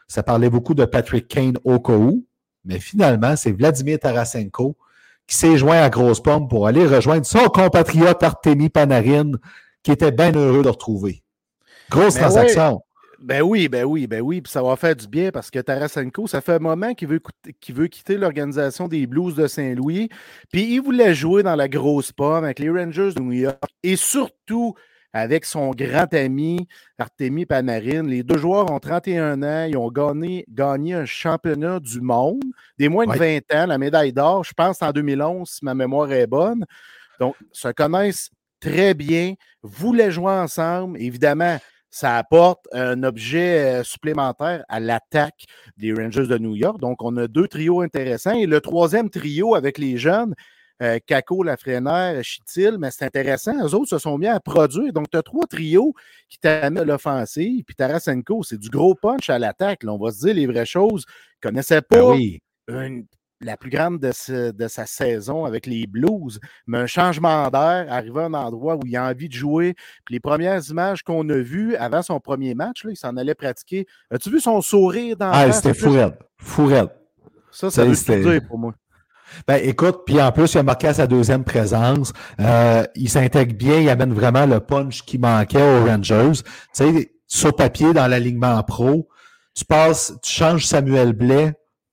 ça parlait beaucoup de Patrick Kane au cas où, mais finalement, c'est Vladimir Tarasenko qui s'est joint à Grosse Pomme pour aller rejoindre son compatriote Artemi Panarin, qui était bien heureux de retrouver. Grosse Mais transaction. Ouais. Ben oui, ben oui, ben oui, puis ça va faire du bien parce que Tarasenko, ça fait un moment qu'il veut, qu'il veut quitter l'organisation des Blues de Saint-Louis, puis il voulait jouer dans la Grosse Pomme avec les Rangers de New York et surtout avec son grand ami Artemi Panarin. Les deux joueurs ont trente et un ans, ils ont gagné, gagné un championnat du monde, des moins de vingt ans, la médaille d'or, je pense en deux mille onze, si ma mémoire est bonne. Donc, se connaissent très bien, voulaient jouer ensemble, évidemment. Ça apporte un objet supplémentaire à l'attaque des Rangers de New York. Donc, on a deux trios intéressants. Et le troisième trio avec les jeunes, euh, Kako, Lafrenière, Chitil, mais c'est intéressant. Eux autres se sont bien à produire. Donc, tu as trois trios qui t'amènent à l'offensive. Puis Tarasenko, c'est du gros punch à l'attaque. Là, on va se dire les vraies choses. Il ne connaissait pas Ben oui. une... la plus grande de, ce, de sa saison avec les Blues, mais un changement d'air, arriver à un endroit où il a envie de jouer. Puis les premières images qu'on a vues avant son premier match, là, il s'en allait pratiquer. As-tu vu son sourire dans Ah, le c'était fou raide. Fou raide. Ça, ça veut tout dire pour moi. Ben, écoute, puis en plus, il a marqué à sa deuxième présence. Euh, il s'intègre bien, il amène vraiment le punch qui manquait aux Rangers. Tu sais, sur papier, dans l'alignement pro, tu passes, tu changes Samuel Blais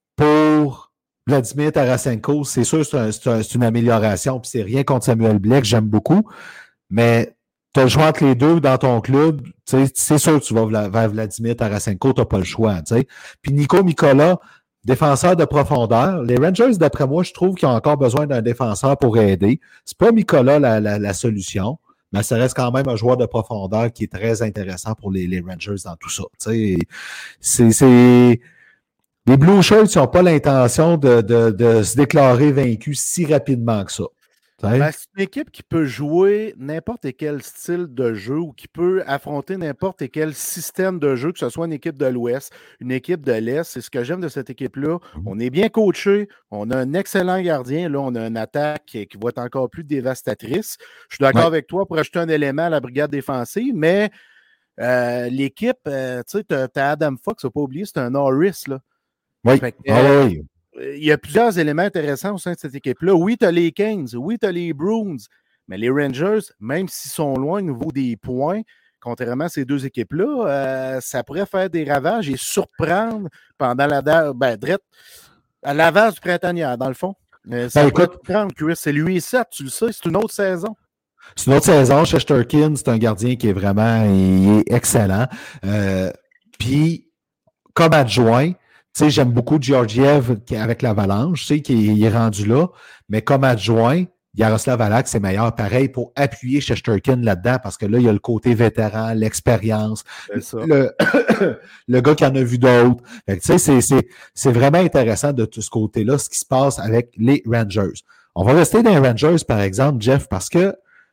pour Vladimir Tarasenko. C'est sûr, c'est, un, c'est, un, c'est une amélioration, puis c'est rien contre Samuel Blais, que j'aime beaucoup. Mais tu as le choix entre les deux dans ton club. Tu sais, c'est sûr que tu vas vers Vladimir Tarasenko, tu n'as pas le choix. Tu sais. Puis Nico Mikola, défenseur de profondeur. Les Rangers, d'après moi, je trouve qu'ils ont encore besoin d'un défenseur pour aider. C'est pas Mikola la, la, la solution, mais ça reste quand même un joueur de profondeur qui est très intéressant pour les, les Rangers dans tout ça. Tu sais, c'est, c'est... Les Blue Shirts n'ont pas l'intention de, de, de se déclarer vaincus si rapidement que ça. Ben, c'est une équipe qui peut jouer n'importe quel style de jeu ou qui peut affronter n'importe quel système de jeu, que ce soit une équipe de l'Ouest, une équipe de l'Est. C'est ce que j'aime de cette équipe-là. On est bien coaché, on a un excellent gardien. Là, on a une attaque qui, qui va être encore plus dévastatrice. Je suis d'accord ouais. avec toi pour ajouter un élément à la brigade défensive, mais euh, l'équipe, euh, tu sais, tu as Adam Fox, il ne faut pas oublier, c'est un Norris, là. Oui. Fait que, ah, euh, oui. Il y a plusieurs éléments intéressants au sein de cette équipe-là. Oui, tu as les Kings, oui, tu as les Bruins, mais les Rangers, même s'ils sont loin au niveau des points, contrairement à ces deux équipes-là, euh, ça pourrait faire des ravages et surprendre pendant la ben, drette, à l'avance du printemps, dans le fond. Euh, ça ben, pourrait écoute, surprendre, Chris. C'est lui et sept, tu le sais, c'est une autre saison. C'est une autre saison. Shesterkin, c'est un gardien qui est vraiment il est excellent. Euh, Puis, comme adjoint, tu sais, j'aime beaucoup Georgiev avec l'Avalanche, tu sais, qui est rendu là, mais comme adjoint, Yaroslav Halak, c'est meilleur pareil pour appuyer Shesterkin là-dedans parce que là, il y a le côté vétéran, l'expérience, le, le gars qui en a vu d'autres. Tu sais, c'est, c'est, c'est vraiment intéressant de tout ce côté-là, ce qui se passe avec les Rangers. On va rester dans les Rangers, par exemple, Jeff, parce que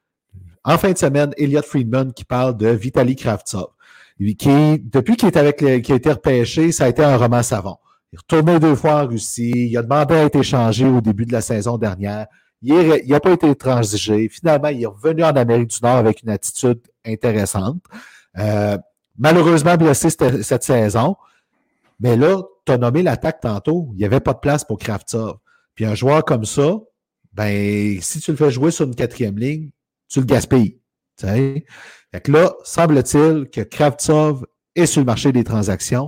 en fin de semaine, Elliot Friedman qui parle de Vitaly Kravtsov. Qui, depuis qu'il est avec le, qui a été repêché, ça a été un roman savon. Il est retourné deux fois en Russie, il a demandé à être échangé au début de la saison dernière. Il n'a pas été transigé. Finalement, il est revenu en Amérique du Nord avec une attitude intéressante. Euh, malheureusement blessé cette, cette saison. Mais là, tu as nommé l'attaque tantôt. Il n'y avait pas de place pour Kravtsov. Puis un joueur comme ça, ben, si tu le fais jouer sur une quatrième ligne, tu le gaspilles. Tu sais? Fait que là, semble-t-il que Kravtsov est sur le marché des transactions,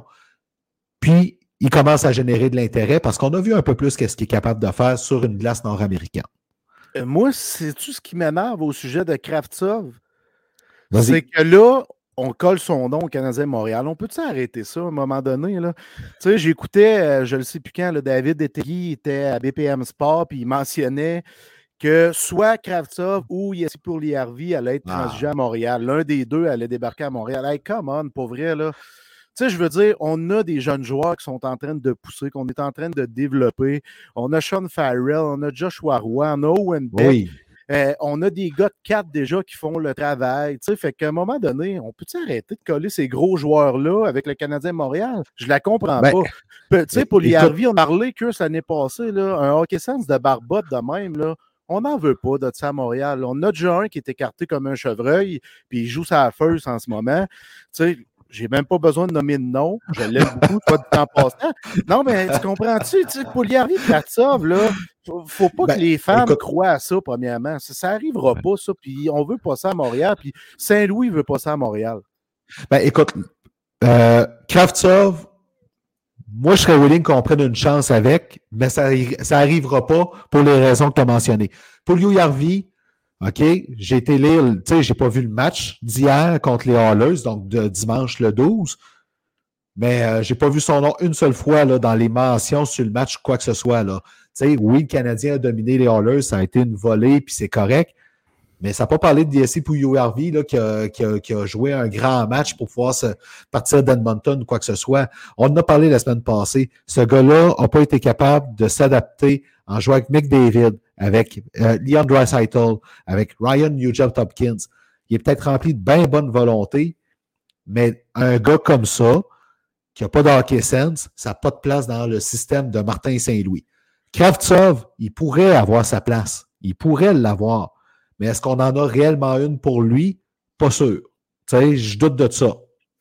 puis il commence à générer de l'intérêt parce qu'on a vu un peu plus qu'est-ce qu'il est capable de faire sur une glace nord-américaine. Euh, moi, c'est-tu ce qui m'énerve au sujet de Kravtsov? Vas-y. C'est que là, on colle son nom au Canadien de Montréal. On peut-tu arrêter ça à un moment donné? Là? Tu sais, j'écoutais, euh, je ne sais plus quand, là, David Etegi était à B P M Sport, puis il mentionnait que soit Kravtsov ou Jesse Puljujärvi allait être transigé ah. à Montréal. L'un des deux allait débarquer à Montréal. Hey, come on, pour vrai, là. Tu sais, je veux dire, on a des jeunes joueurs qui sont en train de pousser, qu'on est en train de développer. On a Sean Farrell, on a Joshua Roy, on a Owen Beck. Oui. Euh, on a des gars de quatre déjà qui font le travail. Tu sais, fait qu'à un moment donné, on peut-tu arrêter de coller ces gros joueurs-là avec le Canadien de Montréal? Je la comprends ben, pas. Tu sais, pour Puljujärvi, on a parlé que l'année passée, là, un hockey sense de barbotte de même, là. On n'en veut pas de ça à Montréal. On a déjà un qui est écarté comme un chevreuil, puis il joue sa first en ce moment. Tu sais, j'ai même pas besoin de nommer de nom. Je l'aime beaucoup, toi, de temps passant. Non, mais tu comprends-tu? Tu sais, Pouliarvi, Kravtsov, là, faut, faut pas Ben, que les fans écoute, croient à ça, premièrement. Ça, ça arrivera ouais. pas, ça. Puis on veut pas ça à Montréal. Puis Saint-Louis veut pas ça à Montréal. Ben, écoute, euh, Kravtsov, moi, je serais willing qu'on prenne une chance avec, mais ça n'arrivera pas pour les raisons que tu as mentionnées. Puljujarvi, OK, j'ai été lire, tu sais, j'ai pas vu le match d'hier contre les Oilers, donc de dimanche le douze, mais euh, j'ai pas vu son nom une seule fois là, dans les mentions sur le match, quoi que ce soit. Là. Tu sais, oui, le Canadien a dominé les Oilers, ça a été une volée, puis c'est correct, mais ça n'a pas parlé de Jesse Puljujarvi là, qui, a, qui, a, qui a joué un grand match pour pouvoir se partir d'Edmonton ou quoi que ce soit. On en a parlé la semaine passée. Ce gars-là n'a pas été capable de s'adapter en jouant avec McDavid, avec euh, Leon Draisaitl, avec Ryan Nugent-Hopkins. Il est peut-être rempli de bien bonne volonté, mais un gars comme ça, qui n'a pas de hockey sense, ça n'a pas de place dans le système de Martin Saint-Louis. Kravtsov, il pourrait avoir sa place. Il pourrait l'avoir. Mais est-ce qu'on en a réellement une pour lui? Pas sûr. Tu sais, je doute de ça.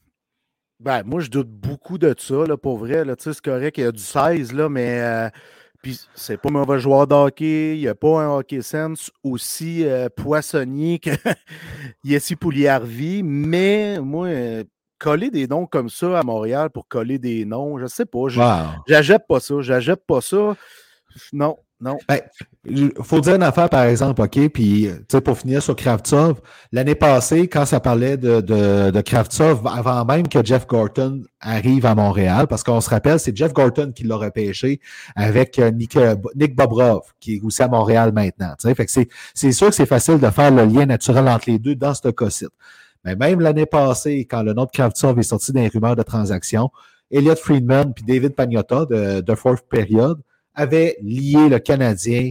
Ben, moi, je doute beaucoup de ça, là, pour vrai. Là, tu sais, c'est correct, il y a du seize, là, mais euh, puis c'est pas un mauvais joueur de hockey. Il n'y a pas un hockey sense aussi euh, poissonnier que Jesse Puljujarvi. Mais moi, euh, coller des noms comme ça à Montréal pour coller des noms, je sais pas. Je Wow. j'achète pas ça. J'achète pas ça. Non, non. Ben, il faut dire une affaire, par exemple, OK, puis, tu sais, pour finir sur Kravtsov, l'année passée, quand ça parlait de, de, de Kravtsov, avant même que Jeff Gorton arrive à Montréal, parce qu'on se rappelle, c'est Jeff Gorton qui l'a repêché avec Nick, Nick Bobrov, qui est aussi à Montréal maintenant, tu sais, fait que c'est, c'est sûr que c'est facile de faire le lien naturel entre les deux dans ce cas-ci. Mais même l'année passée, quand le nom de Kravtsov est sorti dans les rumeurs de transaction, Elliot Friedman puis David Pagnotta de, de Fourth Period avait lié le Canadien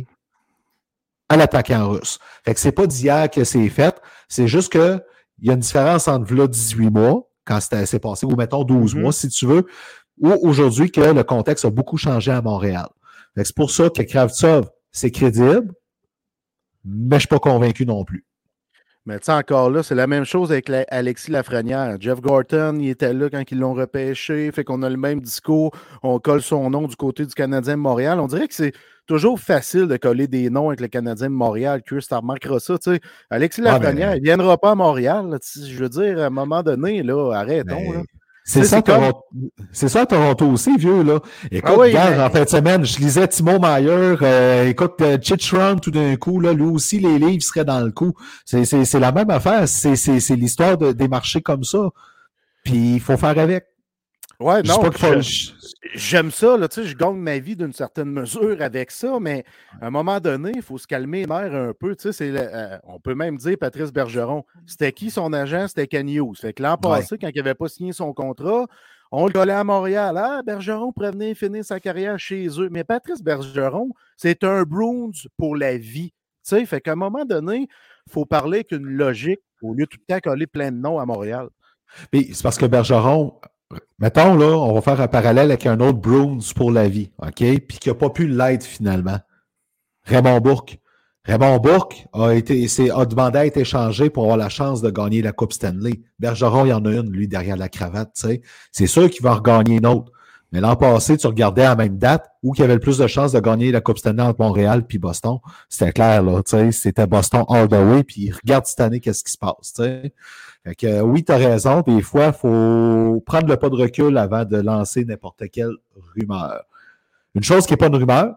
à l'attaquant russe. Fait que c'est pas d'hier que c'est fait, c'est juste que il y a une différence entre là dix-huit mois, quand c'est passé, ou mettons douze mm-hmm. mois, si tu veux, ou aujourd'hui que le contexte a beaucoup changé à Montréal. Fait que c'est pour ça que Kravtsov, c'est crédible, mais je suis pas convaincu non plus. Mais tu sais, encore là, c'est la même chose avec la, Alexis Lafrenière. Jeff Gorton, il était là quand ils l'ont repêché, fait qu'on a le même discours, on colle son nom du côté du Canadien de Montréal. On dirait que c'est toujours facile de coller des noms avec le Canadien de Montréal. Chris, tu remarqueras ça, tu sais. Alexis Lafrenière, ah, mais... il ne viendra pas à Montréal. Là, je veux dire, à un moment donné, là, arrêtons. Mais... Là. C'est, ça, Toronto... c'est ça, Toronto aussi, vieux, là. Écoute, ah oui, regarde, mais... en fin de semaine, je lisais Timo Meier, euh, écoute, euh, Chitchron, tout d'un coup, là, lui aussi, les livres seraient dans le coup. C'est, c'est, c'est la même affaire. C'est, c'est, c'est l'histoire de, des marchés comme ça. Puis, il faut faire avec. Ouais, je non, pas faut... je, j'aime ça, là, tu sais, je gagne ma vie d'une certaine mesure avec ça, mais à un moment donné, il faut se calmer les nerfs un peu, tu sais, c'est, euh, on peut même dire Patrice Bergeron, c'était qui son agent? C'était Ken Hughes. Fait que l'an passé, ouais. quand il n'avait pas signé son contrat, on le collait à Montréal, ah, Bergeron pourrait venir finir sa carrière chez eux, mais Patrice Bergeron, c'est un Bruins pour la vie, tu sais, fait qu'à un moment donné, il faut parler avec une logique au lieu de tout le temps coller plein de noms à Montréal. Mais c'est parce que Bergeron, mettons, là, on va faire un parallèle avec un autre Bruins pour la vie, OK? Puis qui n'a pas pu l'être finalement. Raymond Bourque. Raymond Bourque a, été, a demandé à être échangé pour avoir la chance de gagner la Coupe Stanley. Bergeron, il y en a une, lui, derrière la cravate, tu sais. C'est sûr qu'il va en regagner une autre. Mais l'an passé, tu regardais à la même date où il y avait le plus de chances de gagner la Coupe Stanley entre Montréal puis Boston. C'était clair, là, tu sais. C'était Boston all the way, puis regarde cette année qu'est-ce qui se passe, tu sais. Fait que oui, tu as raison. Des fois, il faut prendre le pas de recul avant de lancer n'importe quelle rumeur. Une chose qui n'est pas une rumeur,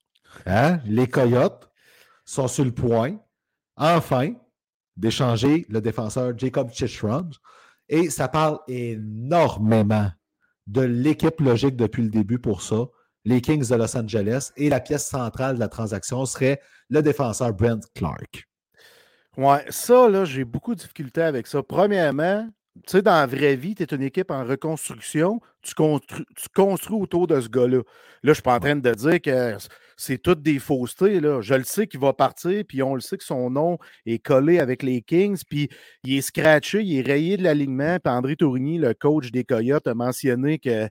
hein, les Coyotes sont sur le point, enfin, d'échanger le défenseur Jacob Chitchron. Et ça parle énormément de l'équipe logique depuis le début pour ça. Les Kings de Los Angeles. Et la pièce centrale de la transaction serait le défenseur Brent Clark. Ouais, ça, là, j'ai beaucoup de difficultés avec ça. Premièrement, tu sais, dans la vraie vie, tu es une équipe en reconstruction, tu construis, tu construis autour de ce gars-là. Là, je ne suis pas en train de dire que c'est toutes des faussetés, là. Je le sais qu'il va partir, puis on le sait que son nom est collé avec les Kings, puis il est scratché, il est rayé de l'alignement, puis André Tourigny, le coach des Coyotes, a mentionné que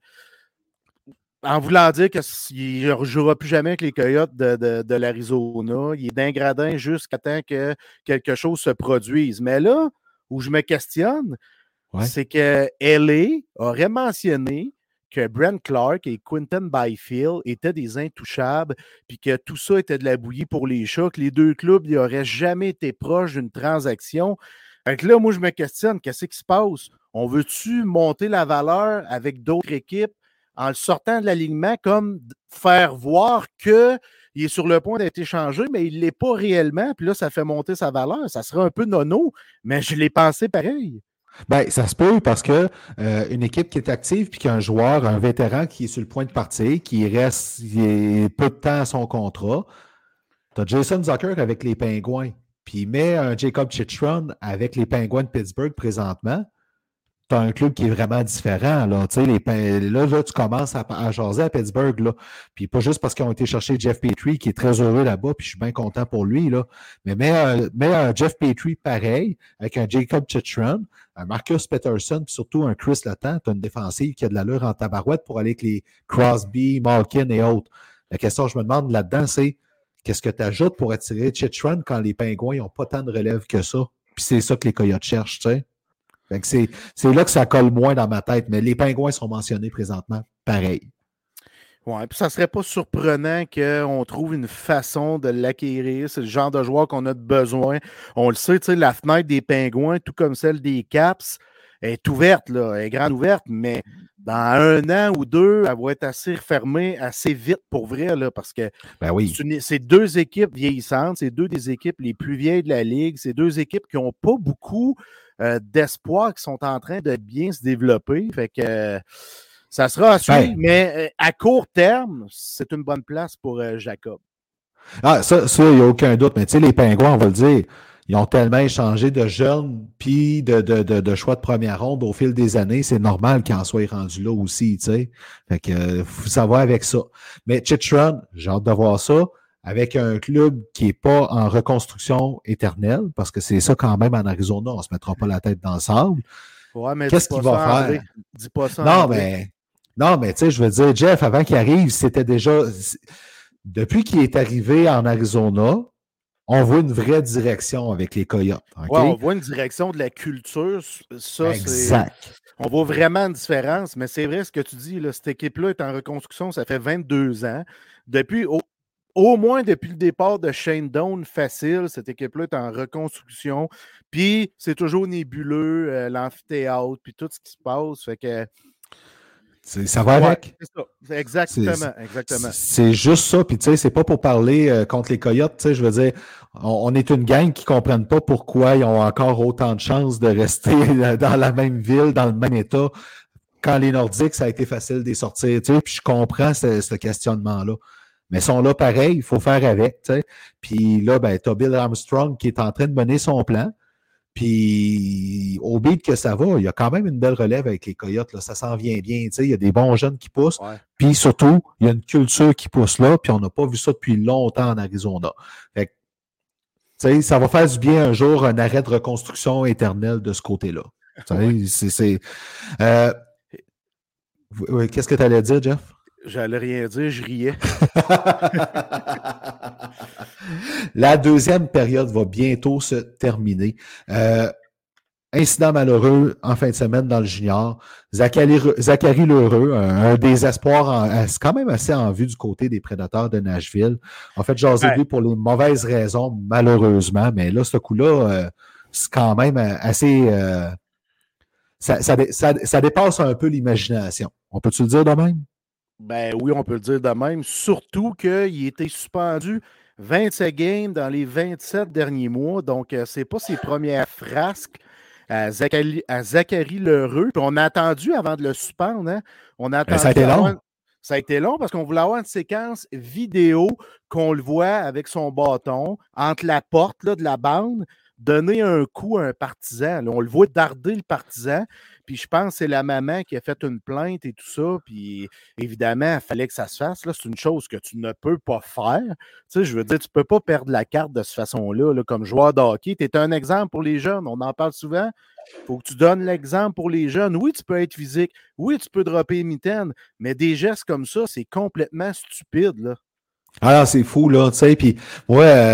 en voulant dire qu'il ne jouera plus jamais avec les Coyotes de, de, de l'Arizona. Il est d'un gradin jusqu'à temps que quelque chose se produise. Mais là, où je me questionne, Ouais. c'est que L A aurait mentionné que Brent Clark et Quinton Byfield étaient des intouchables, puis que tout ça était de la bouillie pour les chats, que les deux clubs n'auraient jamais été proches d'une transaction. Fait que là, moi, je me questionne, qu'est-ce qui se passe? On veut-tu monter la valeur avec d'autres équipes en le sortant de l'alignement, comme faire voir qu'il est sur le point d'être échangé, mais il ne l'est pas réellement, puis là, ça fait monter sa valeur. Ça serait un peu nono, mais je l'ai pensé pareil. Ben, ça se peut parce que euh, une équipe qui est active puis qui a un joueur, un vétéran qui est sur le point de partir, qui reste il est peu de temps à son contrat, tu as Jason Zucker avec les Pingouins, puis il met un Jacob Chychrun avec les Pingouins de Pittsburgh présentement. Tu as un club qui est vraiment différent. Là, les, là, là, tu commences à, à jaser à Pittsburgh. Là. Puis pas juste parce qu'ils ont été chercher Jeff Petrie, qui est très heureux là-bas, puis je suis bien content pour lui. Là. Mais mets un, mets un Jeff Petrie pareil, avec un Jacob Chychrun, un Marcus Pettersson, puis surtout un Chris Letang. Tu as une défensive qui a de l'allure en tabarouette pour aller avec les Crosby, Malkin et autres. La question que je me demande là-dedans, c'est qu'est-ce que tu ajoutes pour attirer Chychrun quand les Pingouins n'ont pas tant de relève que ça? Puis c'est ça que les Coyotes cherchent, tu sais. C'est, c'est là que ça colle moins dans ma tête, mais les Pingouins sont mentionnés présentement pareil. Oui, puis ça ne serait pas surprenant qu'on trouve une façon de l'acquérir. C'est le genre de joueur qu'on a besoin. On le sait, tu sais, la fenêtre des Pingouins, tout comme celle des Caps, est ouverte, là, elle est grande ouverte, mais dans un an ou deux, elle va être assez refermée assez vite pour vrai, là, parce que ben oui. c'est, une, c'est deux équipes vieillissantes, c'est deux des équipes les plus vieilles de la Ligue, c'est deux équipes qui n'ont pas beaucoup euh, d'espoir, qui sont en train de bien se développer. Fait que euh, ça sera à suivre, ben, mais euh, à court terme, c'est une bonne place pour euh, Jacob. Ah, ça, ça, il n'y a aucun doute, mais tu sais, les Pingouins, on va le dire, ils ont tellement échangé de jeunes puis de, de, de, de choix de première ronde au fil des années, c'est normal qu'ils en soient rendus là aussi, tu sais. Fait que euh, faut savoir avec ça. Mais Chychrun, j'ai hâte de voir ça, avec un club qui n'est pas en reconstruction éternelle, parce que c'est ça quand même en Arizona, on ne se mettra pas la tête dans le sable. Ouais, mais qu'est-ce qu'il va faire? André. Dis pas ça. Non, André. mais non, mais tu sais, je veux dire, Jeff, avant qu'il arrive, c'était déjà. Depuis qu'il est arrivé en Arizona, on voit une vraie direction avec les Coyotes. Okay? Ouais, on voit une direction de la culture. Ça, exact. C'est... On voit vraiment une différence, mais c'est vrai ce que tu dis. Là, cette équipe-là est en reconstruction, ça fait vingt-deux ans. Depuis, au, au moins depuis le départ de Shane Doan, facile, cette équipe-là est en reconstruction. Puis, c'est toujours nébuleux, euh, l'amphithéâtre, puis tout ce qui se passe. Fait que. C'est, ça va avec. Ouais, c'est ça. C'est exactement, c'est, exactement. C'est juste ça. Puis, tu sais, c'est pas pour parler euh, contre les Coyotes. Tu sais, je veux dire, on, on est une gang qui ne comprennent pas pourquoi ils ont encore autant de chances de rester dans la même ville, dans le même état. Quand les Nordiques, ça a été facile de les sortir. Tu sais, puis je comprends ce, ce questionnement-là. Mais ils sont là pareil, il faut faire avec. Tu sais. Puis là, ben, tu as Bill Armstrong qui est en train de mener son plan. Puis, au beat que ça va, il y a quand même une belle relève avec les Coyotes. Là. Ça s'en vient bien. Il y a des bons jeunes qui poussent. Ouais. Puis surtout, il y a une culture qui pousse là. Puis on n'a pas vu ça depuis longtemps en Arizona. Fait que, ça va faire du bien un jour, un arrêt de reconstruction éternelle de ce côté-là. Ouais. c'est, c'est, euh, qu'est-ce que tu allais dire, Jeff? J'allais rien dire, je riais. La deuxième période va bientôt se terminer. Euh, incident malheureux en fin de semaine dans le junior. Zachary, Zachary Lheureux, un, un des espoirs en, quand même assez en vue du côté des Prédateurs de Nashville. En fait, jaser ouais. lui pour les mauvaises raisons, malheureusement. Mais là, ce coup-là, euh, c'est quand même assez... Euh, ça, ça, ça, ça dépasse un peu l'imagination. On peut-tu le dire de même? Ben oui, on peut le dire de même. Surtout qu'il était suspendu vingt-sept games dans les vingt-sept derniers mois. Donc, euh, c'est pas ses premières frasques à Zachary, à Zachary Lheureux. Puis on a attendu avant de le suspendre. Hein? On a attendu. Ça a été long. Avant... Ça a été long parce qu'on voulait avoir une séquence vidéo qu'on le voit avec son bâton entre la porte là, de la bande, donner un coup à un partisan. Là, on le voit darder le partisan. Puis je pense que c'est la maman qui a fait une plainte et tout ça. Puis évidemment, il fallait que ça se fasse. Là, c'est une chose que tu ne peux pas faire. Tu sais, je veux dire, tu ne peux pas perdre la carte de cette façon-là là, comme joueur de hockey. Tu es un exemple pour les jeunes. On en parle souvent. Il faut que tu donnes l'exemple pour les jeunes. Oui, tu peux être physique. Oui, tu peux dropper les mitaines. Mais des gestes comme ça, c'est complètement stupide. Là. Alors, c'est fou, là. Tu sais, puis ouais. Euh...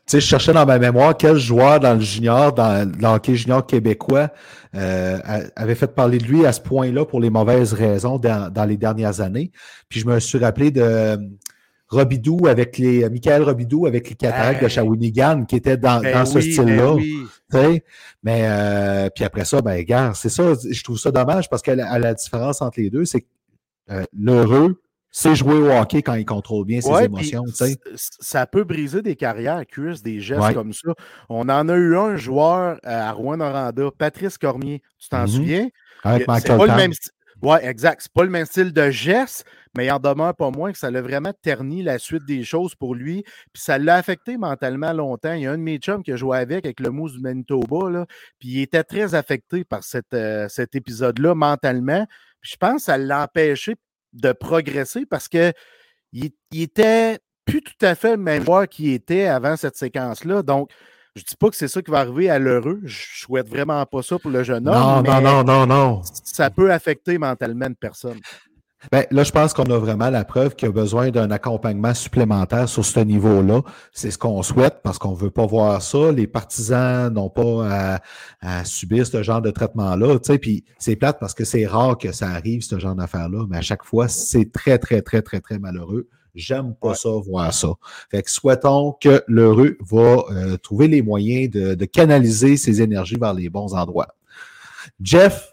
sais, je cherchais dans ma mémoire quel joueur dans le junior, dans le hockey junior québécois, euh, avait fait parler de lui à ce point-là pour les mauvaises raisons dans, dans les dernières années. Puis je me suis rappelé de Robidoux avec les. Michael Robidoux avec les Cataractes hey. de Shawinigan qui était dans, ben dans ce oui, style-là. Ben oui. Mais euh, puis après ça, ben gars, c'est ça, je trouve ça dommage parce que la, la différence entre les deux, c'est que euh, l'heureux, c'est jouer au hockey quand il contrôle bien ses ouais, émotions. C- ça peut briser des carrières, Chris, des gestes ouais. comme ça. On en a eu un joueur à Rouen-Noranda, Patrice Cormier. Tu t'en mm-hmm. souviens? Avec c'est pas le même style. Oui, exact. C'est pas le même style de geste, mais il en demeure pas moins que ça l'a vraiment terni la suite des choses pour lui. Puis ça l'a affecté mentalement longtemps. Il y a un de mes chums qui a joué avec, avec le Moose du Manitoba, là, puis il était très affecté par cette, euh, cet épisode-là mentalement. Puis je pense que ça l'a empêché de progresser parce que il, il était plus tout à fait le même joueur qu'il était avant cette séquence-là. Donc, je ne dis pas que c'est ça qui va arriver à l'heureux. Je souhaite vraiment pas ça pour le jeune homme. Non, non, non, non, non. Ça peut affecter mentalement une personne. Ben, là, je pense qu'on a vraiment la preuve qu'il y a besoin d'un accompagnement supplémentaire sur ce niveau-là. C'est ce qu'on souhaite parce qu'on ne veut pas voir ça. Les partisans n'ont pas à, à subir ce genre de traitement-là. Tu sais, puis c'est plate parce que c'est rare que ça arrive, ce genre d'affaires-là, mais à chaque fois, c'est très, très, très, très, très malheureux. J'aime pas ouais. ça, voir ça. Fait que souhaitons que l'heureux va euh, trouver les moyens de, de canaliser ses énergies vers les bons endroits. Jeff,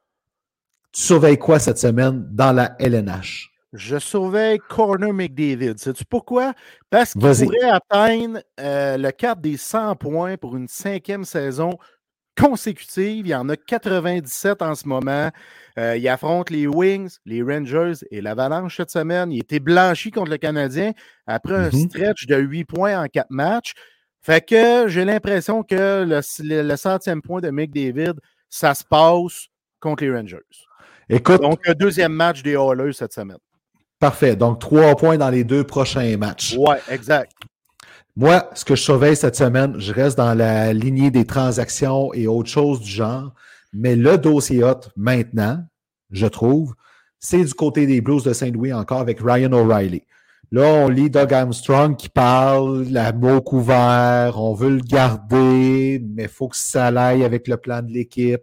tu surveilles quoi cette semaine dans la L N H? Je surveille Connor McDavid. Sais-tu pourquoi? Parce qu'il Vas-y. pourrait atteindre euh, le cap des cent points pour une cinquième saison consécutive. Il y en a quatre-vingt-dix-sept en ce moment. Euh, il affronte les Wings, les Rangers et l'Avalanche cette semaine. Il a été blanchi contre le Canadien après un mm-hmm. stretch de huit points en quatre matchs. Fait que j'ai l'impression que le, le, le centième point de McDavid, ça se passe contre les Rangers. Écoute, donc, un deuxième match des Oilers cette semaine. Parfait. Donc, trois points dans les deux prochains matchs. Oui, exact. Moi, ce que je surveille cette semaine, je reste dans la lignée des transactions et autres choses du genre. Mais le dossier hot maintenant, je trouve, c'est du côté des Blues de Saint-Louis encore avec Ryan O'Reilly. Là, on lit Doug Armstrong qui parle, la mot couvert, on veut le garder, mais il faut que ça aille avec le plan de l'équipe.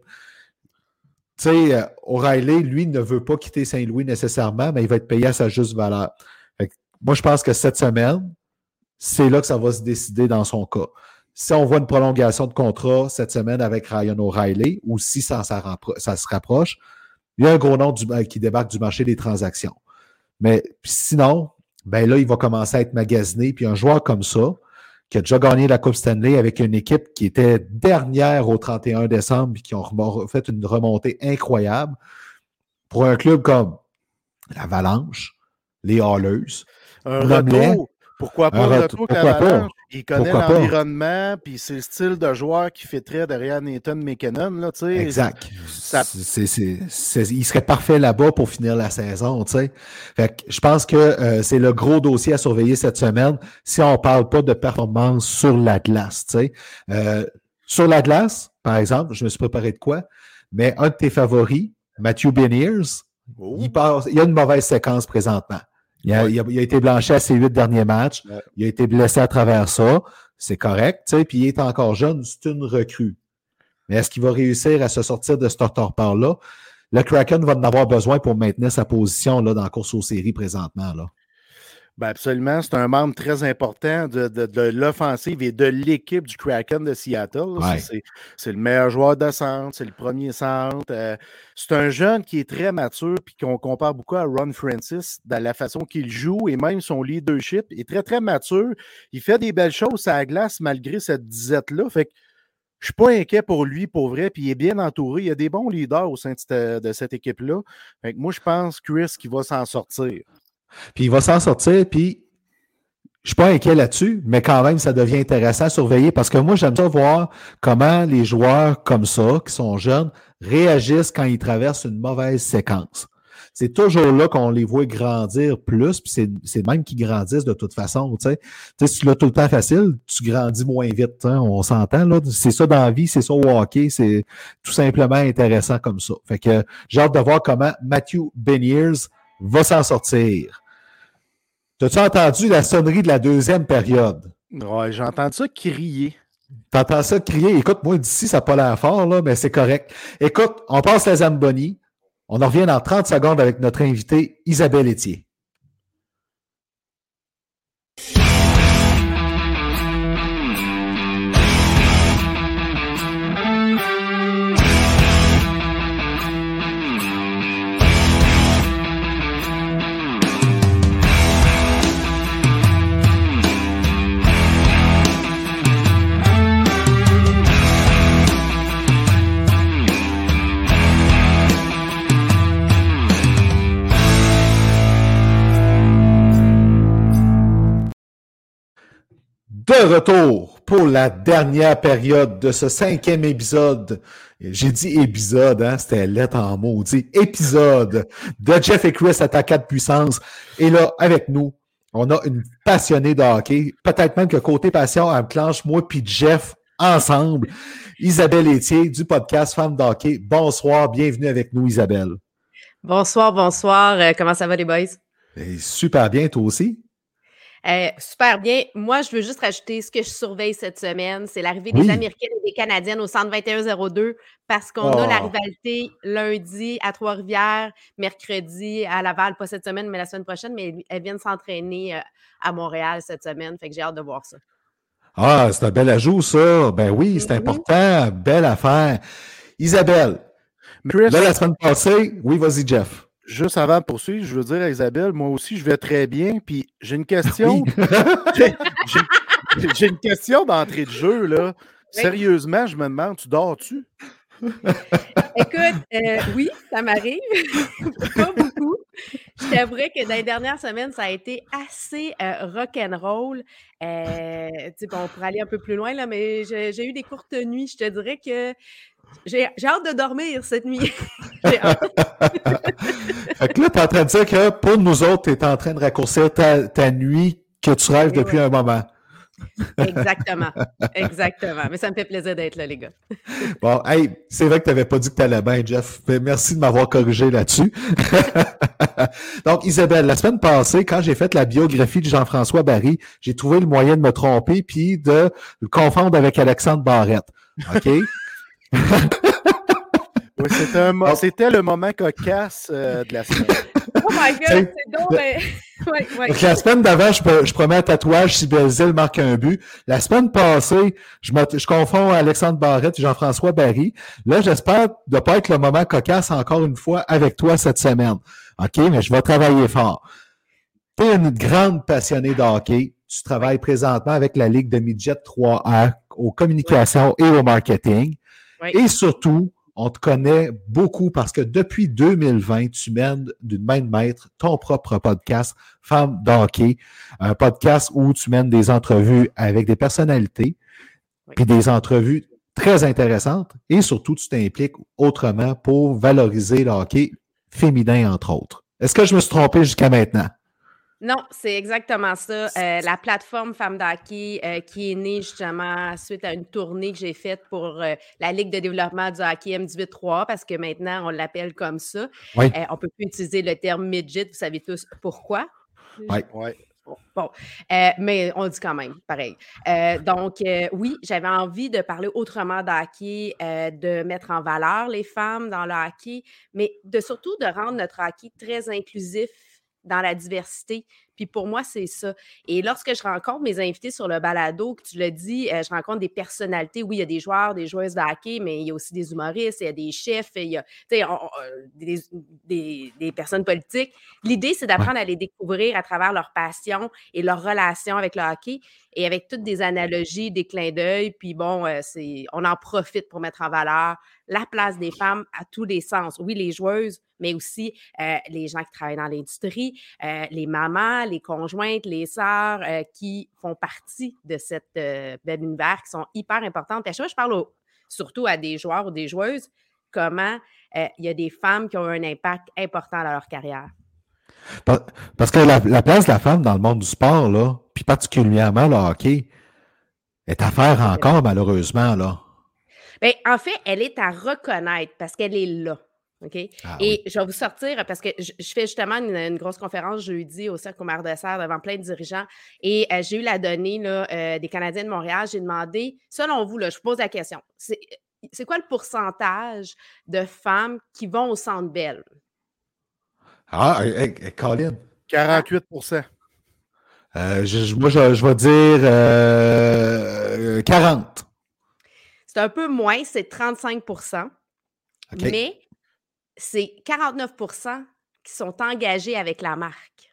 Tu sais, O'Reilly, lui, ne veut pas quitter Saint-Louis nécessairement, mais il va être payé à sa juste valeur. Fait que moi, je pense que cette semaine, c'est là que ça va se décider dans son cas. Si on voit une prolongation de contrat cette semaine avec Ryan O'Reilly, ou si ça, ça, ça se rapproche, il y a un gros nom du, qui débarque du marché des transactions. Mais sinon, ben là, il va commencer à être magasiné. Puis un joueur comme ça, qui a déjà gagné la Coupe Stanley avec une équipe qui était dernière au trente et un décembre et qui ont fait une remontée incroyable, pour un club comme l'Avalanche, les Oilers, un retour, pourquoi pas un retour avec l'Avalanche? Il connaît pourquoi l'environnement, puis c'est le style de joueur qui fitterait derrière Nathan McKinnon. Là, exact. Ça... C'est, c'est, c'est, il serait parfait là-bas pour finir la saison. Fait que je pense que euh, c'est le gros dossier à surveiller cette semaine si on ne parle pas de performance sur la glace. Euh, sur la glace, par exemple, je me suis préparé de quoi, mais un de tes favoris, Matthew Beniers, oh. il, passe, il a une mauvaise séquence présentement. Il a, il, a, il a été blanchi à ses huit derniers matchs. Ouais. Il a été blessé à travers ça. C'est correct. Puis il est encore jeune. C'est une recrue. Mais est-ce qu'il va réussir à se sortir de ce torpeur-là? Le Kraken va en avoir besoin pour maintenir sa position là, dans la course aux séries présentement. Là. Ben absolument. C'est un membre très important de, de, de l'offensive et de l'équipe du Kraken de Seattle. Ouais. C'est, c'est le meilleur joueur de centre. C'est le premier centre. Euh, c'est un jeune qui est très mature puis qu'on compare beaucoup à Ron Francis dans la façon qu'il joue et même son leadership est très, très mature. Il fait des belles choses à la glace malgré cette disette-là. Fait que je ne suis pas inquiet pour lui, pour vrai, puis il est bien entouré. Il y a des bons leaders au sein de, de cette équipe-là. Fait que moi, je pense, Chris, qu'il va s'en sortir. Puis il va s'en sortir, puis je ne suis pas inquiet là-dessus, mais quand même, ça devient intéressant à surveiller parce que moi, j'aime ça voir comment les joueurs comme ça, qui sont jeunes, réagissent quand ils traversent une mauvaise séquence. C'est toujours là qu'on les voit grandir plus, puis c'est, c'est même qu'ils grandissent de toute façon. Tu sais, tu sais, si tu l'as tout le temps facile, tu grandis moins vite. Hein, on s'entend, là. C'est ça dans la vie, c'est ça au hockey, c'est tout simplement intéressant comme ça. Fait que j'ai hâte de voir comment Matthew Beniers va s'en sortir. T'as-tu entendu la sonnerie de la deuxième période? Ouais, j'entends ça crier. T'entends ça crier? Écoute, moi, d'ici, ça n'a pas l'air fort, là, mais c'est correct. Écoute, on passe la Zamboni. On en revient dans trente secondes avec notre invitée Isabelle Etier. De retour pour la dernière période de ce cinquième épisode. J'ai dit épisode, hein, c'était lettre en maudit. Épisode de Jeff et Chris Attaquant de puissance. Et là, avec nous, on a une passionnée de hockey. Peut-être même que côté passion, elle me clenche moi puis Jeff ensemble. Isabelle Etier du podcast Femmes de hockey. Bonsoir, bienvenue avec nous, Isabelle. Bonsoir, bonsoir. Euh, comment ça va, les boys? Et super bien, toi aussi. Euh, super bien. Moi, je veux juste rajouter ce que je surveille cette semaine, c'est l'arrivée Oui. des Américaines et des Canadiennes au centre vingt et un zéro deux parce qu'on Oh. a la rivalité lundi à Trois-Rivières, mercredi à Laval, pas cette semaine, mais la semaine prochaine, mais elles viennent s'entraîner euh, à Montréal cette semaine, fait que j'ai hâte de voir ça. Ah, c'est un bel ajout, ça. Ben oui, c'est Mm-hmm. important. Belle affaire. Isabelle, Chris, là, la semaine passée, oui, vas-y, Jeff. juste avant de poursuivre, je veux dire à Isabelle, moi aussi, je vais très bien. Puis j'ai une question. Oui. j'ai, j'ai- j'ai une question d'entrée de jeu, là. Oui. Sérieusement, je me demande, tu dors-tu? Écoute, euh, oui, ça m'arrive. Pas beaucoup. Je t'avouerais que dans les dernières semaines, ça a été assez euh, rock'n'roll. Euh, tu sais, bon, on pourrait aller un peu plus loin, là, mais j'ai, j'ai eu des courtes nuits. Je te dirais que j'ai, j'ai hâte de dormir cette nuit. J'ai hâte. Fait que là, tu es en train de dire que pour nous autres, tu es en train de raccourcir ta, ta nuit que tu rêves Oui, depuis oui. un moment. Exactement. Exactement. Mais ça me fait plaisir d'être là, les gars. Bon, hey, c'est vrai que tu n'avais pas dit que tu allais bien, Jeff. Mais merci de m'avoir corrigé là-dessus. Donc, Isabelle, la semaine passée, quand j'ai fait la biographie de Jean-François Barry, j'ai trouvé le moyen de me tromper puis de le confondre avec Alexandre Barrette. OK? Oui, c'était, un mo- Oh. c'était le moment cocasse euh, de la semaine. Oh my God, C'est- c'est donc... ben, ouais, ouais. Donc, la semaine d'avant, je, peux- je promets un tatouage si Belzile marque un but. La semaine passée, je, me, je confonds Alexandre Barrette et Jean-François Barry. Là, j'espère ne pas être le moment cocasse encore une fois avec toi cette semaine. OK, mais je vais travailler fort. Tu es une grande passionnée de hockey. Tu travailles présentement avec la Ligue de Midget trois A aux communications et au marketing. Oui. Et surtout, on te connaît beaucoup parce que depuis deux mille vingt, tu mènes d'une main de maître ton propre podcast, Femmes d'hockey, un podcast où tu mènes des entrevues avec des personnalités, Oui. puis des entrevues très intéressantes, et surtout, tu t'impliques autrement pour valoriser le hockey féminin, entre autres. Est-ce que je me suis trompé jusqu'à maintenant? Non, c'est exactement ça. Euh, la plateforme Femmes d'hockey euh, qui est née justement suite à une tournée que j'ai faite pour euh, la Ligue de développement du hockey M dix-huit trois parce que maintenant, on l'appelle comme ça. Oui. Euh, on ne peut plus utiliser le terme midget, vous savez tous pourquoi. Oui. Ouais. Bon, euh, mais on dit quand même, pareil. Euh, donc, euh, oui, j'avais envie de parler autrement de hockey, euh, de mettre en valeur les femmes dans le hockey, mais de surtout de rendre notre hockey très inclusif dans la diversité. Puis pour moi, c'est ça. Et lorsque je rencontre mes invités sur le balado, que tu l'as dit, euh, je rencontre des personnalités. Oui, il y a des joueurs, des joueuses de hockey, mais il y a aussi des humoristes, il y a des chefs, il y a tu sais, on- on- des, des- des personnes politiques. L'idée, c'est d'apprendre à les découvrir à travers leur passion et leur relation avec le hockey et avec toutes des analogies, des clins d'œil. Puis bon, euh, c'est, on en profite pour mettre en valeur la place des femmes à tous les sens. Oui, les joueuses, mais aussi euh, les gens qui travaillent dans l'industrie, euh, les mamans, les conjointes, les sœurs euh, qui font partie de cette euh, bel univers, qui sont hyper importantes. Puis à chaque fois, je parle au- surtout à des joueurs ou des joueuses, comment euh, il y a des femmes qui ont un impact important dans leur carrière. Par- Parce que la, la place de la femme dans le monde du sport, là, puis particulièrement le hockey, est à faire encore, malheureusement, là. Bien, en fait, elle est à reconnaître parce qu'elle est là. OK? Ah Et oui. je vais vous sortir parce que je, je fais justement une, une grosse conférence jeudi au Cercle au Maire de Serre devant plein de dirigeants. Et euh, j'ai eu la donnée là, euh, des Canadiens de Montréal. J'ai demandé, selon vous, là, je vous pose la question, c'est, c'est quoi le pourcentage de femmes qui vont au Centre Bell? Ah, hey, hey, Colin. quarante-huit pour cent. Euh, je- je- moi, je, je vais dire euh, quarante. C'est un peu moins, c'est trente-cinq pour cent, OK. mais c'est quarante-neuf pour cent qui sont engagés avec la marque.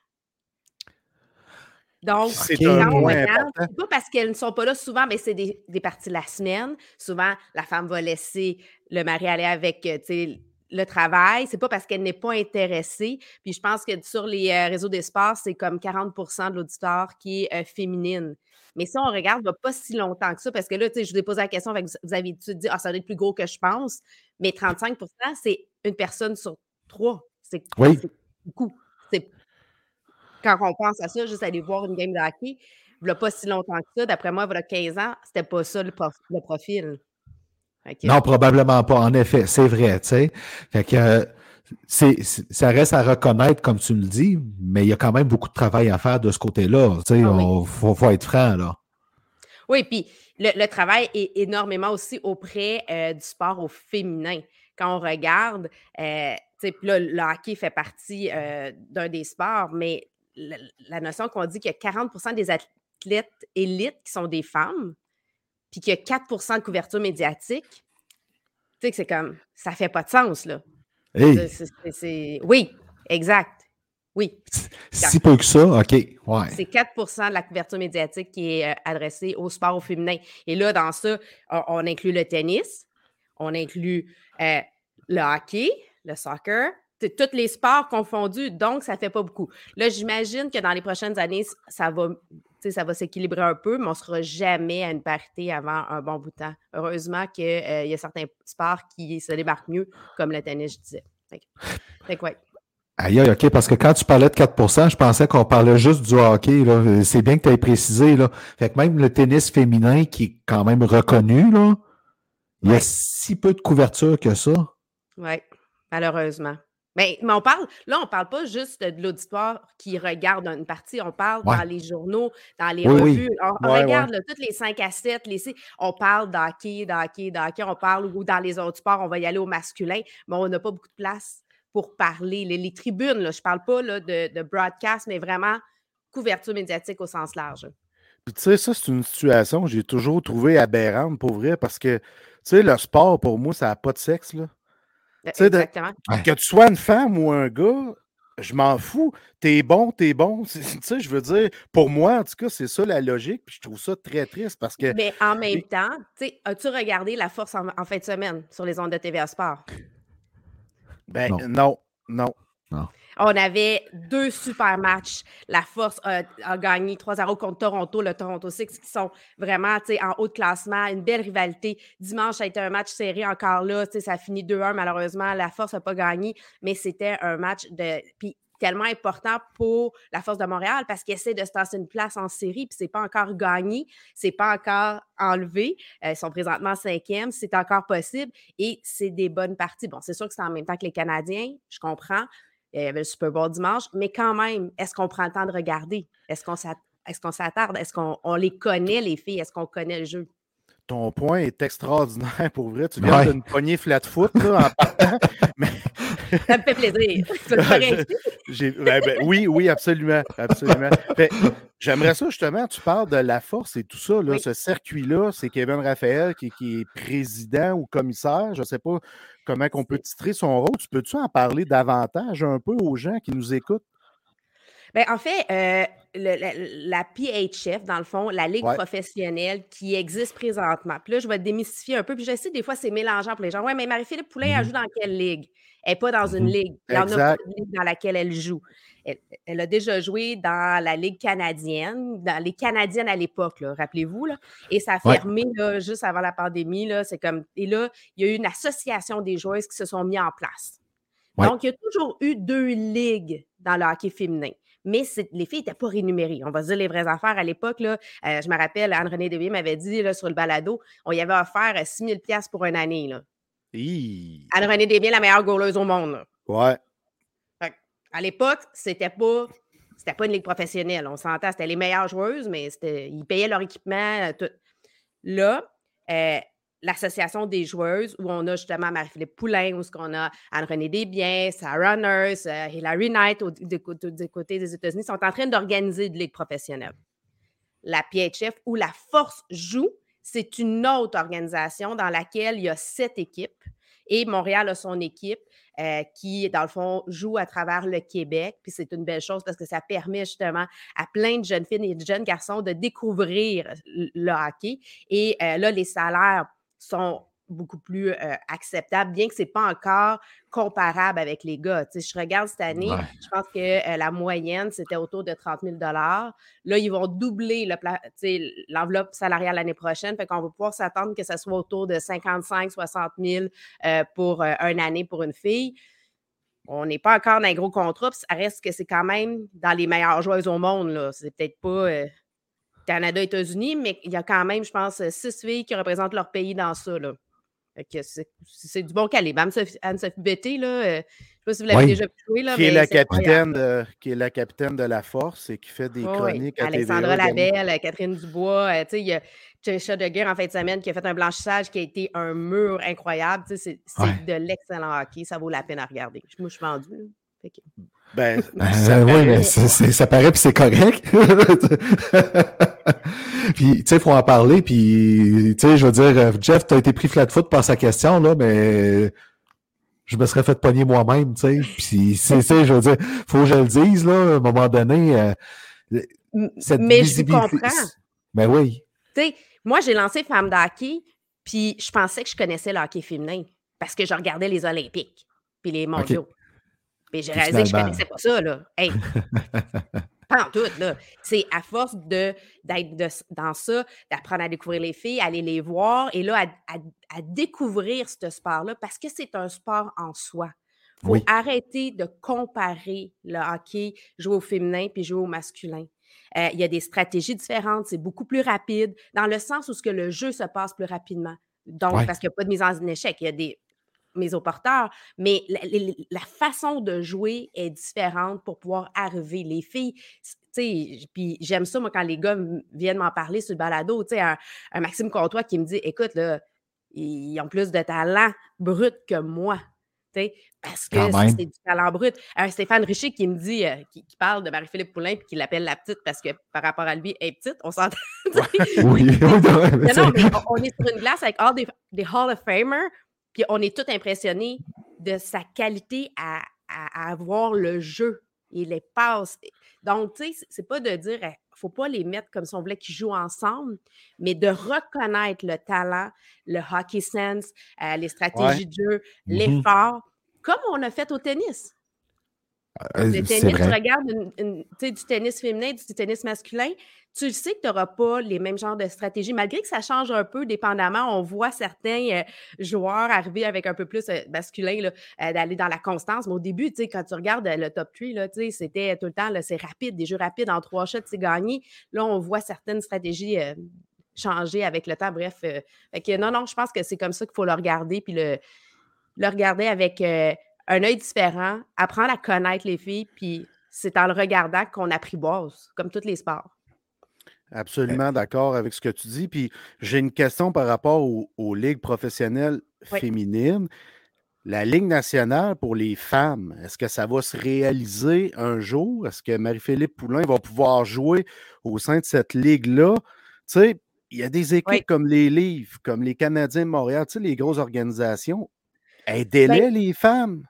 Donc, C'est OK. un quand on point regarde, important. c'est pas parce qu'elles ne sont pas là souvent, mais c'est des, des parties de la semaine. Souvent, la femme va laisser le mari aller avec, euh, tu sais, le travail. C'est pas parce qu'elle n'est pas intéressée. Puis je pense que sur les euh, réseaux des sports, c'est comme quarante pour cent de l'auditoire qui est euh, féminine. Mais si on regarde, il va pas si longtemps que ça, parce que là, tu sais, je vous ai posé la question, fait que vous vous avez tout dit, ah, ça doit être plus gros que je pense. Mais trente-cinq pour cent, c'est une personne sur trois. C'est Oui. c'est beaucoup. C'est quand on pense à ça, juste aller voir une game de hockey, il n'y a pas si longtemps que ça, d'après moi, il y a quinze ans, c'était pas ça le, prof- le profil. Fait que, Non, probablement pas. En effet, c'est vrai, tu sais. Fait que euh, c'est, c'est- ça reste à reconnaître, comme tu le dis, mais il y a quand même beaucoup de travail à faire de ce côté-là. Tu sais, ah oui. on faut, faut être franc, là. Oui, puis le, le travail est énormément aussi auprès euh, du sport au féminin. Quand on regarde, euh, tu sais, puis là, le hockey fait partie euh, d'un des sports, mais la, la notion qu'on dit qu'il y a quarante pour cent des athlètes élites qui sont des femmes, puis qu'il y a quatre pour cent de couverture médiatique, tu sais que c'est comme, ça fait pas de sens, là. Je veux dire, Hey, c'est- c'est- c'est- Oui, exact. Oui. si peu que ça, OK, ouais. C'est quatre pour cent de la couverture médiatique qui est euh, adressée au sport au féminin. Et là, dans ça, on, on inclut le tennis, on inclut euh, le hockey, le soccer, t- tous les sports confondus. Donc, ça ne fait pas beaucoup. Là, j'imagine que dans les prochaines années, ça va, tu sais, ça va s'équilibrer un peu, mais on ne sera jamais à une parité avant un bon bout de temps. Heureusement qu'il euh, y a certains sports qui se débarquent mieux, comme le tennis, je disais. Fait que, fait que ouais. Aïe, aïe, OK, parce que quand tu parlais de quatre pour cent, je pensais qu'on parlait juste du hockey, là. C'est bien que tu aies précisé, là. Fait que même le tennis féminin, qui est quand même reconnu, là, il y a Ouais. si peu de couverture que ça. Oui, malheureusement. Mais, mais on parle, là, on ne parle pas juste de l'auditoire qui regarde une partie, on parle Ouais. dans les journaux, dans les Oui, oui. revues. On, on Ouais, regarde ouais. là, toutes les cinq à sept, les six, on parle d'hockey, d'hockey, d'hockey, on parle, ou dans les autres sports, on va y aller au masculin, mais on n'a pas beaucoup de place pour parler. Les, les tribunes, là, je ne parle pas là, de, de broadcast, mais vraiment couverture médiatique au sens large. Puis tu sais, ça, c'est une situation que j'ai toujours trouvée aberrante, pour vrai, parce que, tu sais, le sport, pour moi, ça n'a pas de sexe, là. Euh, Tu sais, de- Exactement. Ouais. que tu sois une femme ou un gars, je m'en fous. T'es bon, t'es bon. C'est- Tu sais, je veux dire, pour moi, en tout cas, c'est ça la logique. Puis je trouve ça très triste parce que, Mais en même Oui. temps, tu sais, as-tu regardé la force en, en fin de semaine sur les ondes de T V A Sport? ben Non. non, non. Non. On avait deux super matchs. La Force a, a gagné trois zéro contre Toronto, le Toronto Six, qui sont vraiment tu sais, en haut de classement. Une belle rivalité. Dimanche, ça a été un match serré encore là. Tu sais, ça a fini deux un, malheureusement. La Force n'a pas gagné, mais c'était un match de. Puis tellement important pour la Force de Montréal parce qu'ils essaient de se tasser une place en série, puis c'est pas encore gagné, c'est pas encore enlevé. Euh, ils sont présentement cinquième, c'est encore possible et c'est des bonnes parties. Bon, c'est sûr que c'est en même temps que les Canadiens, je comprends. Il y avait le Super Bowl dimanche, mais quand même, est-ce qu'on prend le temps de regarder? Est-ce qu'on s'at- est-ce qu'on s'attarde? Est-ce qu'on on les connaît, les filles? Est-ce qu'on connaît le jeu? Ton point est extraordinaire pour vrai. Tu viens Ouais. de me pogner flat-foot là, en partant. Mais Ça me fait plaisir. Ça me ferait inviter. j'ai- ben, ben, oui, oui, absolument. absolument. Fait, j'aimerais ça, justement, tu parles de la force et tout ça, là, Oui. ce circuit-là, c'est Kevin Raphaël qui, qui est président ou commissaire, je ne sais pas comment on peut titrer son rôle. Tu peux-tu en parler davantage un peu aux gens qui nous écoutent? Ben, en fait, euh, le- la, la P H F, dans le fond, la Ligue Ouais. professionnelle qui existe présentement. Puis là, je vais démystifier un peu. Puis je sais, des fois, c'est mélangeant pour les gens. Ouais, mais Marie-Philippe Poulin, elle Mhm. joue dans quelle ligue? Elle n'est pas dans une Mhm. ligue. Il n'y en a pas Exact. de ligue dans laquelle elle joue. Elle, elle a déjà joué dans la Ligue canadienne, dans les Canadiennes à l'époque, là, rappelez-vous. Là, et ça a Ouais. fermé là, juste avant la pandémie. Là, c'est comme, et là, il y a eu une association des joueuses qui se sont mis en place. Ouais. Donc, il y a toujours eu deux ligues dans le hockey féminin. Mais c'est- les filles n'étaient pas rémunérées. On va se dire les vraies affaires. À l'époque, là, euh, je me rappelle, Anne-Renée Desbiens m'avait dit là, sur le balado, on y avait offert euh, six mille dollars pour une année. Là. Hi. Anne-Renée Desbiens, la meilleure goaleuse au monde. Là. Ouais. Fait que, à l'époque, c'était pas, c'était pas une ligue professionnelle. On s'entend, c'était les meilleures joueuses, mais c'était, ils payaient leur équipement, euh, tout. Là, euh, l'association des joueuses, où on a justement Marie-Philippe Poulin, où on a Anne-Renée Desbiens, Sarah Nurse, euh, Hilary Knight, au, du, du, du côté des États-Unis, sont en train d'organiser une ligue professionnelle. La P H F, où la Force joue, c'est une autre organisation dans laquelle il y a sept équipes. Et Montréal a son équipe euh, qui, dans le fond, joue à travers le Québec. Puis c'est une belle chose parce que ça permet justement à plein de jeunes filles et de jeunes garçons de découvrir le hockey. Et euh, là, les salaires sont beaucoup plus euh, acceptables, bien que ce n'est pas encore comparable avec les gars. Tu sais, je regarde cette année, Ouais. je pense que euh, la moyenne, c'était autour de trente mille dollars. Là, ils vont doubler le pla- tu sais, l'enveloppe salariale l'année prochaine. Fait qu'on va pouvoir s'attendre que ça soit autour de cinquante-cinq à soixante mille euh, pour euh, une année pour une fille. On n'est pas encore dans un gros contrat, puis ça reste que c'est quand même dans les meilleures joueuses au monde. Là. C'est peut-être pas euh, Canada, États-Unis, mais il y a quand même, je pense, six filles qui représentent leur pays dans ça. Là. Fait que c'est, c'est du bon calibre. Anne-Sophie, Anne-Sophie Bété, là, euh, je ne sais pas si vous l'avez Oui. déjà joué, là, Qui est, mais la c'est incroyable. capitaine de, qui est la capitaine de la Force et qui fait des Oui, oui. chroniques à Alexandra T V A. également. Labelle, Catherine Dubois, euh, tu sais, il y a Trisha Deguer en fin de semaine qui a fait un blanchissage qui a été un mur incroyable. Tu sais, c'est, c'est Ouais. de l'excellent hockey. Ça vaut la peine à regarder. Moi, je suis vendue. là. Fait que- Ben, Euh, ça oui, paraît. mais c'est- c'est- ça paraît, puis c'est correct. Puis, tu sais, il faut en parler, puis, tu sais, je veux dire, euh, Jeff, tu as été pris flat-foot par sa question, là, mais je me serais fait pogner moi-même, tu sais. Puis, c'est ça, je veux dire, faut que je le dise, là, à un moment donné, euh, M- cette Mais je vous visibilité. comprends. Ben oui. Tu sais, moi, j'ai lancé Femme d'hockey, puis je pensais que je connaissais le hockey féminin parce que je regardais les Olympiques puis les mondiaux. Puis j'ai Puis réalisé que je ne finalement. connaissais pas ça, là. Hey, pas en tout, là. C'est à force de, d'être de- dans ça, d'apprendre à découvrir les filles, aller les voir, et là, à, à- à découvrir ce sport-là, parce que c'est un sport en soi. Il faut Oui. arrêter de comparer le hockey, jouer au féminin puis jouer au masculin. Euh, il y a des stratégies différentes, c'est beaucoup plus rapide, dans le sens où ce que le jeu se passe plus rapidement. Donc, Ouais. parce qu'il n'y a pas de mise en échec, il y a des mises au porteur, mais la, la- la façon de jouer est différente pour pouvoir arriver. Les filles, tu sais, puis j'aime ça, moi, quand les gars m- viennent m'en parler sur le balado, tu sais, un, un Maxime Comtois qui me dit, écoute, là, ils ont plus de talent brut que moi. Tu sais, parce que Quand c'est même. c'est du talent brut. Un Stéphane Richer qui me dit, euh, qui, qui parle de Marie-Philippe Poulin puis qui l'appelle la petite parce que par rapport à lui, elle est petite, on s'entend. tu sais. Oui, oui, non, mais Mais c'est- non, mais on, on est sur une glace avec all des, des Hall of Famers, puis on est tous impressionnés de sa qualité à, à- à avoir le jeu et les passes. Donc, tu sais, c'est- c'est pas de dire, il faut pas les mettre comme si on voulait qu'ils jouent ensemble, mais de reconnaître le talent, le hockey sense, euh, les stratégies de jeu, Mhm. l'effort, comme on a fait au tennis. Euh, Le c'est tennis, tu vrai. regardes une- une- tu sais, du tennis féminin, du tennis masculin, tu le sais que tu n'auras pas les mêmes genres de stratégies, malgré que ça change un peu dépendamment. On voit certains euh, joueurs arriver avec un peu plus euh, masculin, là, euh, d'aller dans la constance. Mais au début, tu sais, quand tu regardes euh, le top trois, là, tu sais, c'était tout le temps, là, c'est rapide, des jeux rapides en trois shots, c'est gagné. Là, on voit certaines stratégies euh, changer avec le temps. Bref, euh, fait que non, non, je pense que c'est comme ça qu'il faut le regarder, puis le, le regarder avec euh, un œil différent, apprendre à connaître les filles, puis c'est en le regardant qu'on apprivoise, comme tous les sports. Absolument d'accord avec ce que tu dis. Puis j'ai une question par rapport aux, aux ligues professionnelles Oui. féminines. La Ligue nationale pour les femmes, est-ce que ça va se réaliser un jour? Est-ce que Marie-Philippe Poulin va pouvoir jouer au sein de cette ligue-là? Tu sais, il y a des équipes Oui. comme les Leafs, comme les Canadiens de Montréal, tu sais, les grosses organisations. Aidez-les, Ben, les femmes.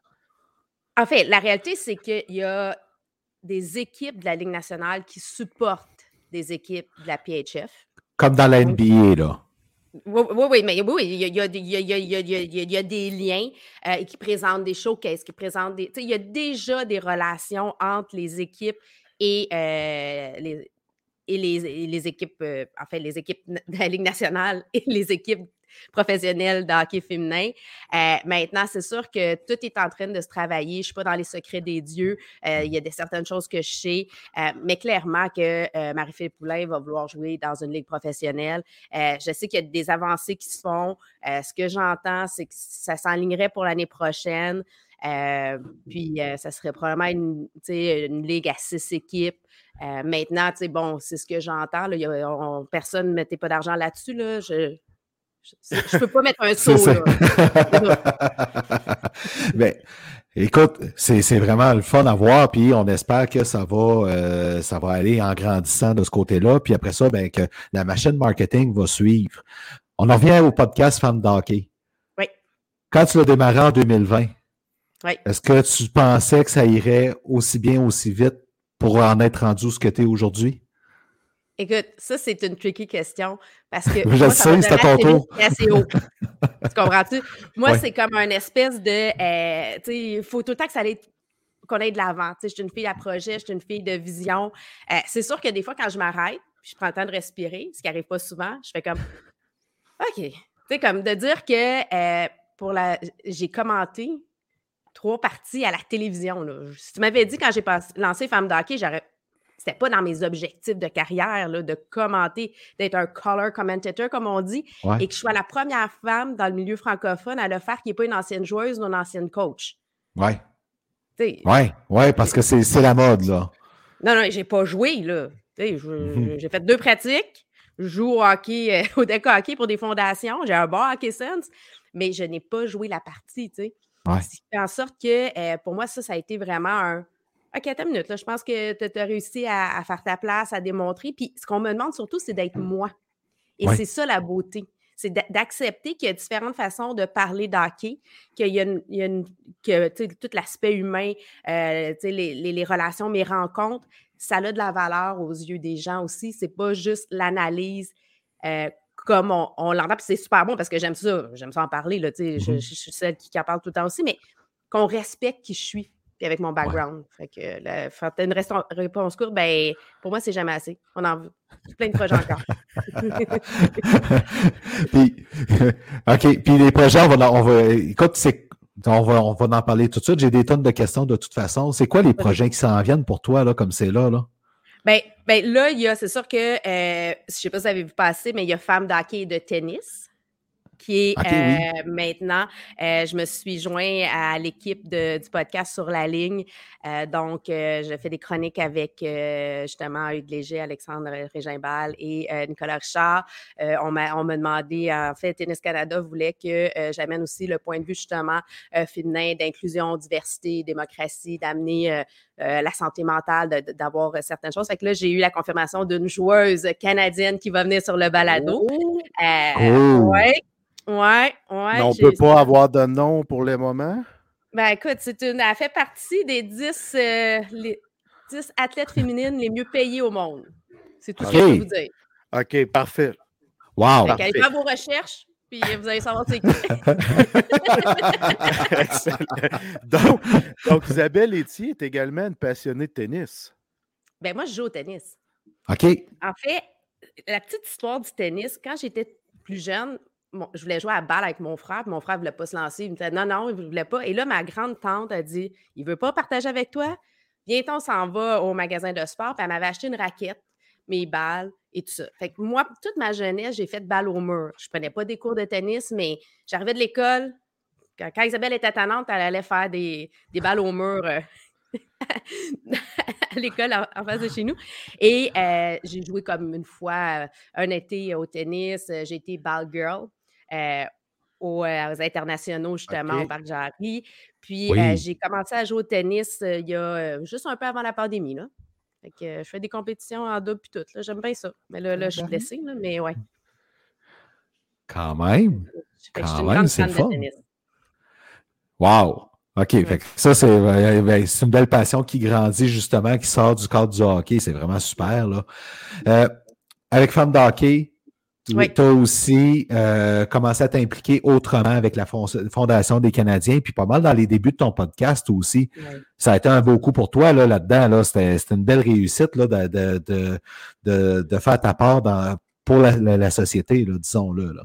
en fait, la réalité, c'est qu'il y a des équipes de la Ligue nationale qui supportent des équipes de la P H F. Comme dans la N B A, là. Oui, oui, oui, mais oui, il y a, il y a- il y a- il y a- il y a- il y a- il y a- il y a des liens euh, et qui présentent des showcases, qui présentent des. Tu sais, il y a déjà des relations entre les équipes et euh, les, et les, et les équipes, euh, en fait, les équipes de la Ligue nationale et les équipes professionnelle de hockey féminin. Euh, maintenant, c'est sûr que tout est en train de se travailler. Je ne suis pas dans les secrets des dieux. Euh, il y a des, certaines choses que je sais, euh, mais clairement que euh, Marie-Philippe Poulin va vouloir jouer dans une ligue professionnelle. Euh, je sais qu'il y a des avancées qui se font. Euh, ce que j'entends, c'est que ça s'enlignerait pour l'année prochaine. Euh, puis, euh, ça serait probablement une, une ligue à six équipes. Euh, maintenant, bon, c'est ce que j'entends. Là, y a, on, personne ne mettait pas d'argent là-dessus. Là. Je ne peux pas mettre un saut. Mais écoute, c'est, c'est vraiment le fun à voir, puis on espère que ça va, euh, ça va aller en grandissant de ce côté-là. Puis après ça, ben, que la machine marketing va suivre. On en revient au podcast Femmes d'hockey. Oui. Quand tu l'as démarré en deux mille vingt, oui. Est-ce que tu pensais que ça irait aussi bien, aussi vite pour en être rendu où ce que tu es aujourd'hui? Écoute, ça, c'est une tricky question parce que. Je sais, c'est à ton tour. Assez haut. Tu comprends-tu? Moi, ouais. C'est comme une espèce de. Euh, tu sais, il faut tout le temps que ça allait, qu'on aille de l'avant. Tu sais, je suis une fille à projet, je suis une fille de vision. Euh, c'est sûr que des fois, quand je m'arrête, puis je prends le temps de respirer, ce qui n'arrive pas souvent, je fais comme. OK. Tu sais, comme de dire que euh, pour la. J'ai commenté trois parties à la télévision. Là. Si tu m'avais dit quand j'ai passé, lancé Femmes d'hockey, j'aurais. C'était pas dans mes objectifs de carrière là, de commenter, d'être un color commentator, comme on dit, ouais. Et que je sois la première femme dans le milieu francophone à le faire qui n'est pas une ancienne joueuse ou une ancienne coach. Oui. Oui, ouais, parce que c'est, c'est la mode, là. Non, non, j'ai pas joué, là. Je, mm-hmm. J'ai fait deux pratiques. Je joue au hockey, euh, au deck hockey pour des fondations. J'ai un bon hockey sense, mais je n'ai pas joué la partie, tu sais. Ouais. Ce qui fait en sorte que, euh, pour moi, ça, ça a été vraiment un... OK, attends une minute, là, je pense que tu as réussi à, à faire ta place, à démontrer. Puis ce qu'on me demande surtout, c'est d'être moi. Et ouais. C'est ça la beauté. C'est d'accepter qu'il y a différentes façons de parler d'hockey, qu'il y a, une, il y a une, que tout l'aspect humain, euh, les, les, les relations, mes rencontres, ça a de la valeur aux yeux des gens aussi. C'est pas juste l'analyse euh, comme on, on l'entend. Puis c'est super bon parce que j'aime ça. J'aime ça en parler. Là, mm-hmm. je, je, je suis celle qui, qui en parle tout le temps aussi, mais qu'on respecte qui je suis. Puis avec mon background. Ouais. Fait que la, faire une resta- réponse courte, ben pour moi, c'est jamais assez. On en veut plein de projets encore. Puis, OK. Puis les projets, on va, on va écoute, c'est, on va, on va en parler tout de suite. J'ai des tonnes de questions de toute façon. C'est quoi les projets qui s'en viennent pour toi, là, comme c'est là, là? Ben, ben là, il y a, c'est sûr que, euh, je sais pas si vous avez vu passer, mais il y a Femmes d'hockey et de tennis. Qui est okay, euh, oui. Maintenant, euh, je me suis joint à l'équipe de, du podcast Sur la ligne. Euh, donc, euh, je fais des chroniques avec euh, justement Hugues Léger, Alexandre Régimbal et euh, Nicolas Richard. Euh, on, m'a, on m'a demandé, en fait, Tennis Canada voulait que euh, j'amène aussi le point de vue justement euh, féminin d'inclusion, diversité, démocratie, d'amener euh, euh, la santé mentale, de, de, d'avoir euh, certaines choses. Fait que là, j'ai eu la confirmation d'une joueuse canadienne qui va venir sur le balado. Oh. Euh, oh. Ouais. Oui, oui. Mais on ne peut pas avoir de nom pour le moment? Ben écoute, c'est une, elle fait partie des dix, euh, les dix athlètes féminines les mieux payées au monde. C'est tout okay. Ce que je peux vous dire. OK, parfait. Wow! Fait allez faire vos recherches, puis vous allez savoir c'est qui. donc, donc, Isabelle Etier est également une passionnée de tennis. Ben moi, je joue au tennis. OK. En fait, la petite histoire du tennis, quand j'étais plus jeune, Bon, je voulais jouer à la balle avec mon frère, puis mon frère ne voulait pas se lancer. Il me disait non, non, il ne voulait pas. Et là, ma grande tante a dit il ne veut pas partager avec toi. Bientôt, on s'en va au magasin de sport. Puis elle m'avait acheté une raquette, mes balles et tout ça. Fait que moi, toute ma jeunesse, j'ai fait de balle au mur. Je ne prenais pas des cours de tennis, mais j'arrivais de l'école. Quand, quand Isabelle était tannante, elle allait faire des, des balles au mur euh, à l'école en, en face de chez nous. Et euh, j'ai joué comme une fois euh, un été au tennis. J'ai été ball girl. Euh, aux, euh, aux internationaux, justement, okay. Au Parc Jarry. Puis, oui. euh, j'ai commencé à jouer au tennis euh, il y a euh, juste un peu avant la pandémie. Là. Fait que, euh, je fais des compétitions en double puis tout. Là. J'aime bien ça. Mais là, là je suis blessée, là, mais ouais. Quand même. Fait Quand que même, c'est le fun. Wow! OK. Ouais. Fait que ça, c'est, euh, c'est une belle passion qui grandit, justement, qui sort du cadre du hockey. C'est vraiment super, là. Euh, avec Femmes d'hockey, oui. Tu as aussi euh, commencé à t'impliquer autrement avec la Fondation des Canadiens, puis pas mal dans les débuts de ton podcast aussi. Oui. Ça a été un beau coup pour toi là, là-dedans. Là. C'était, c'était une belle réussite là, de, de, de, de, de faire ta part dans, pour la, la, la société, là, disons-le. Là.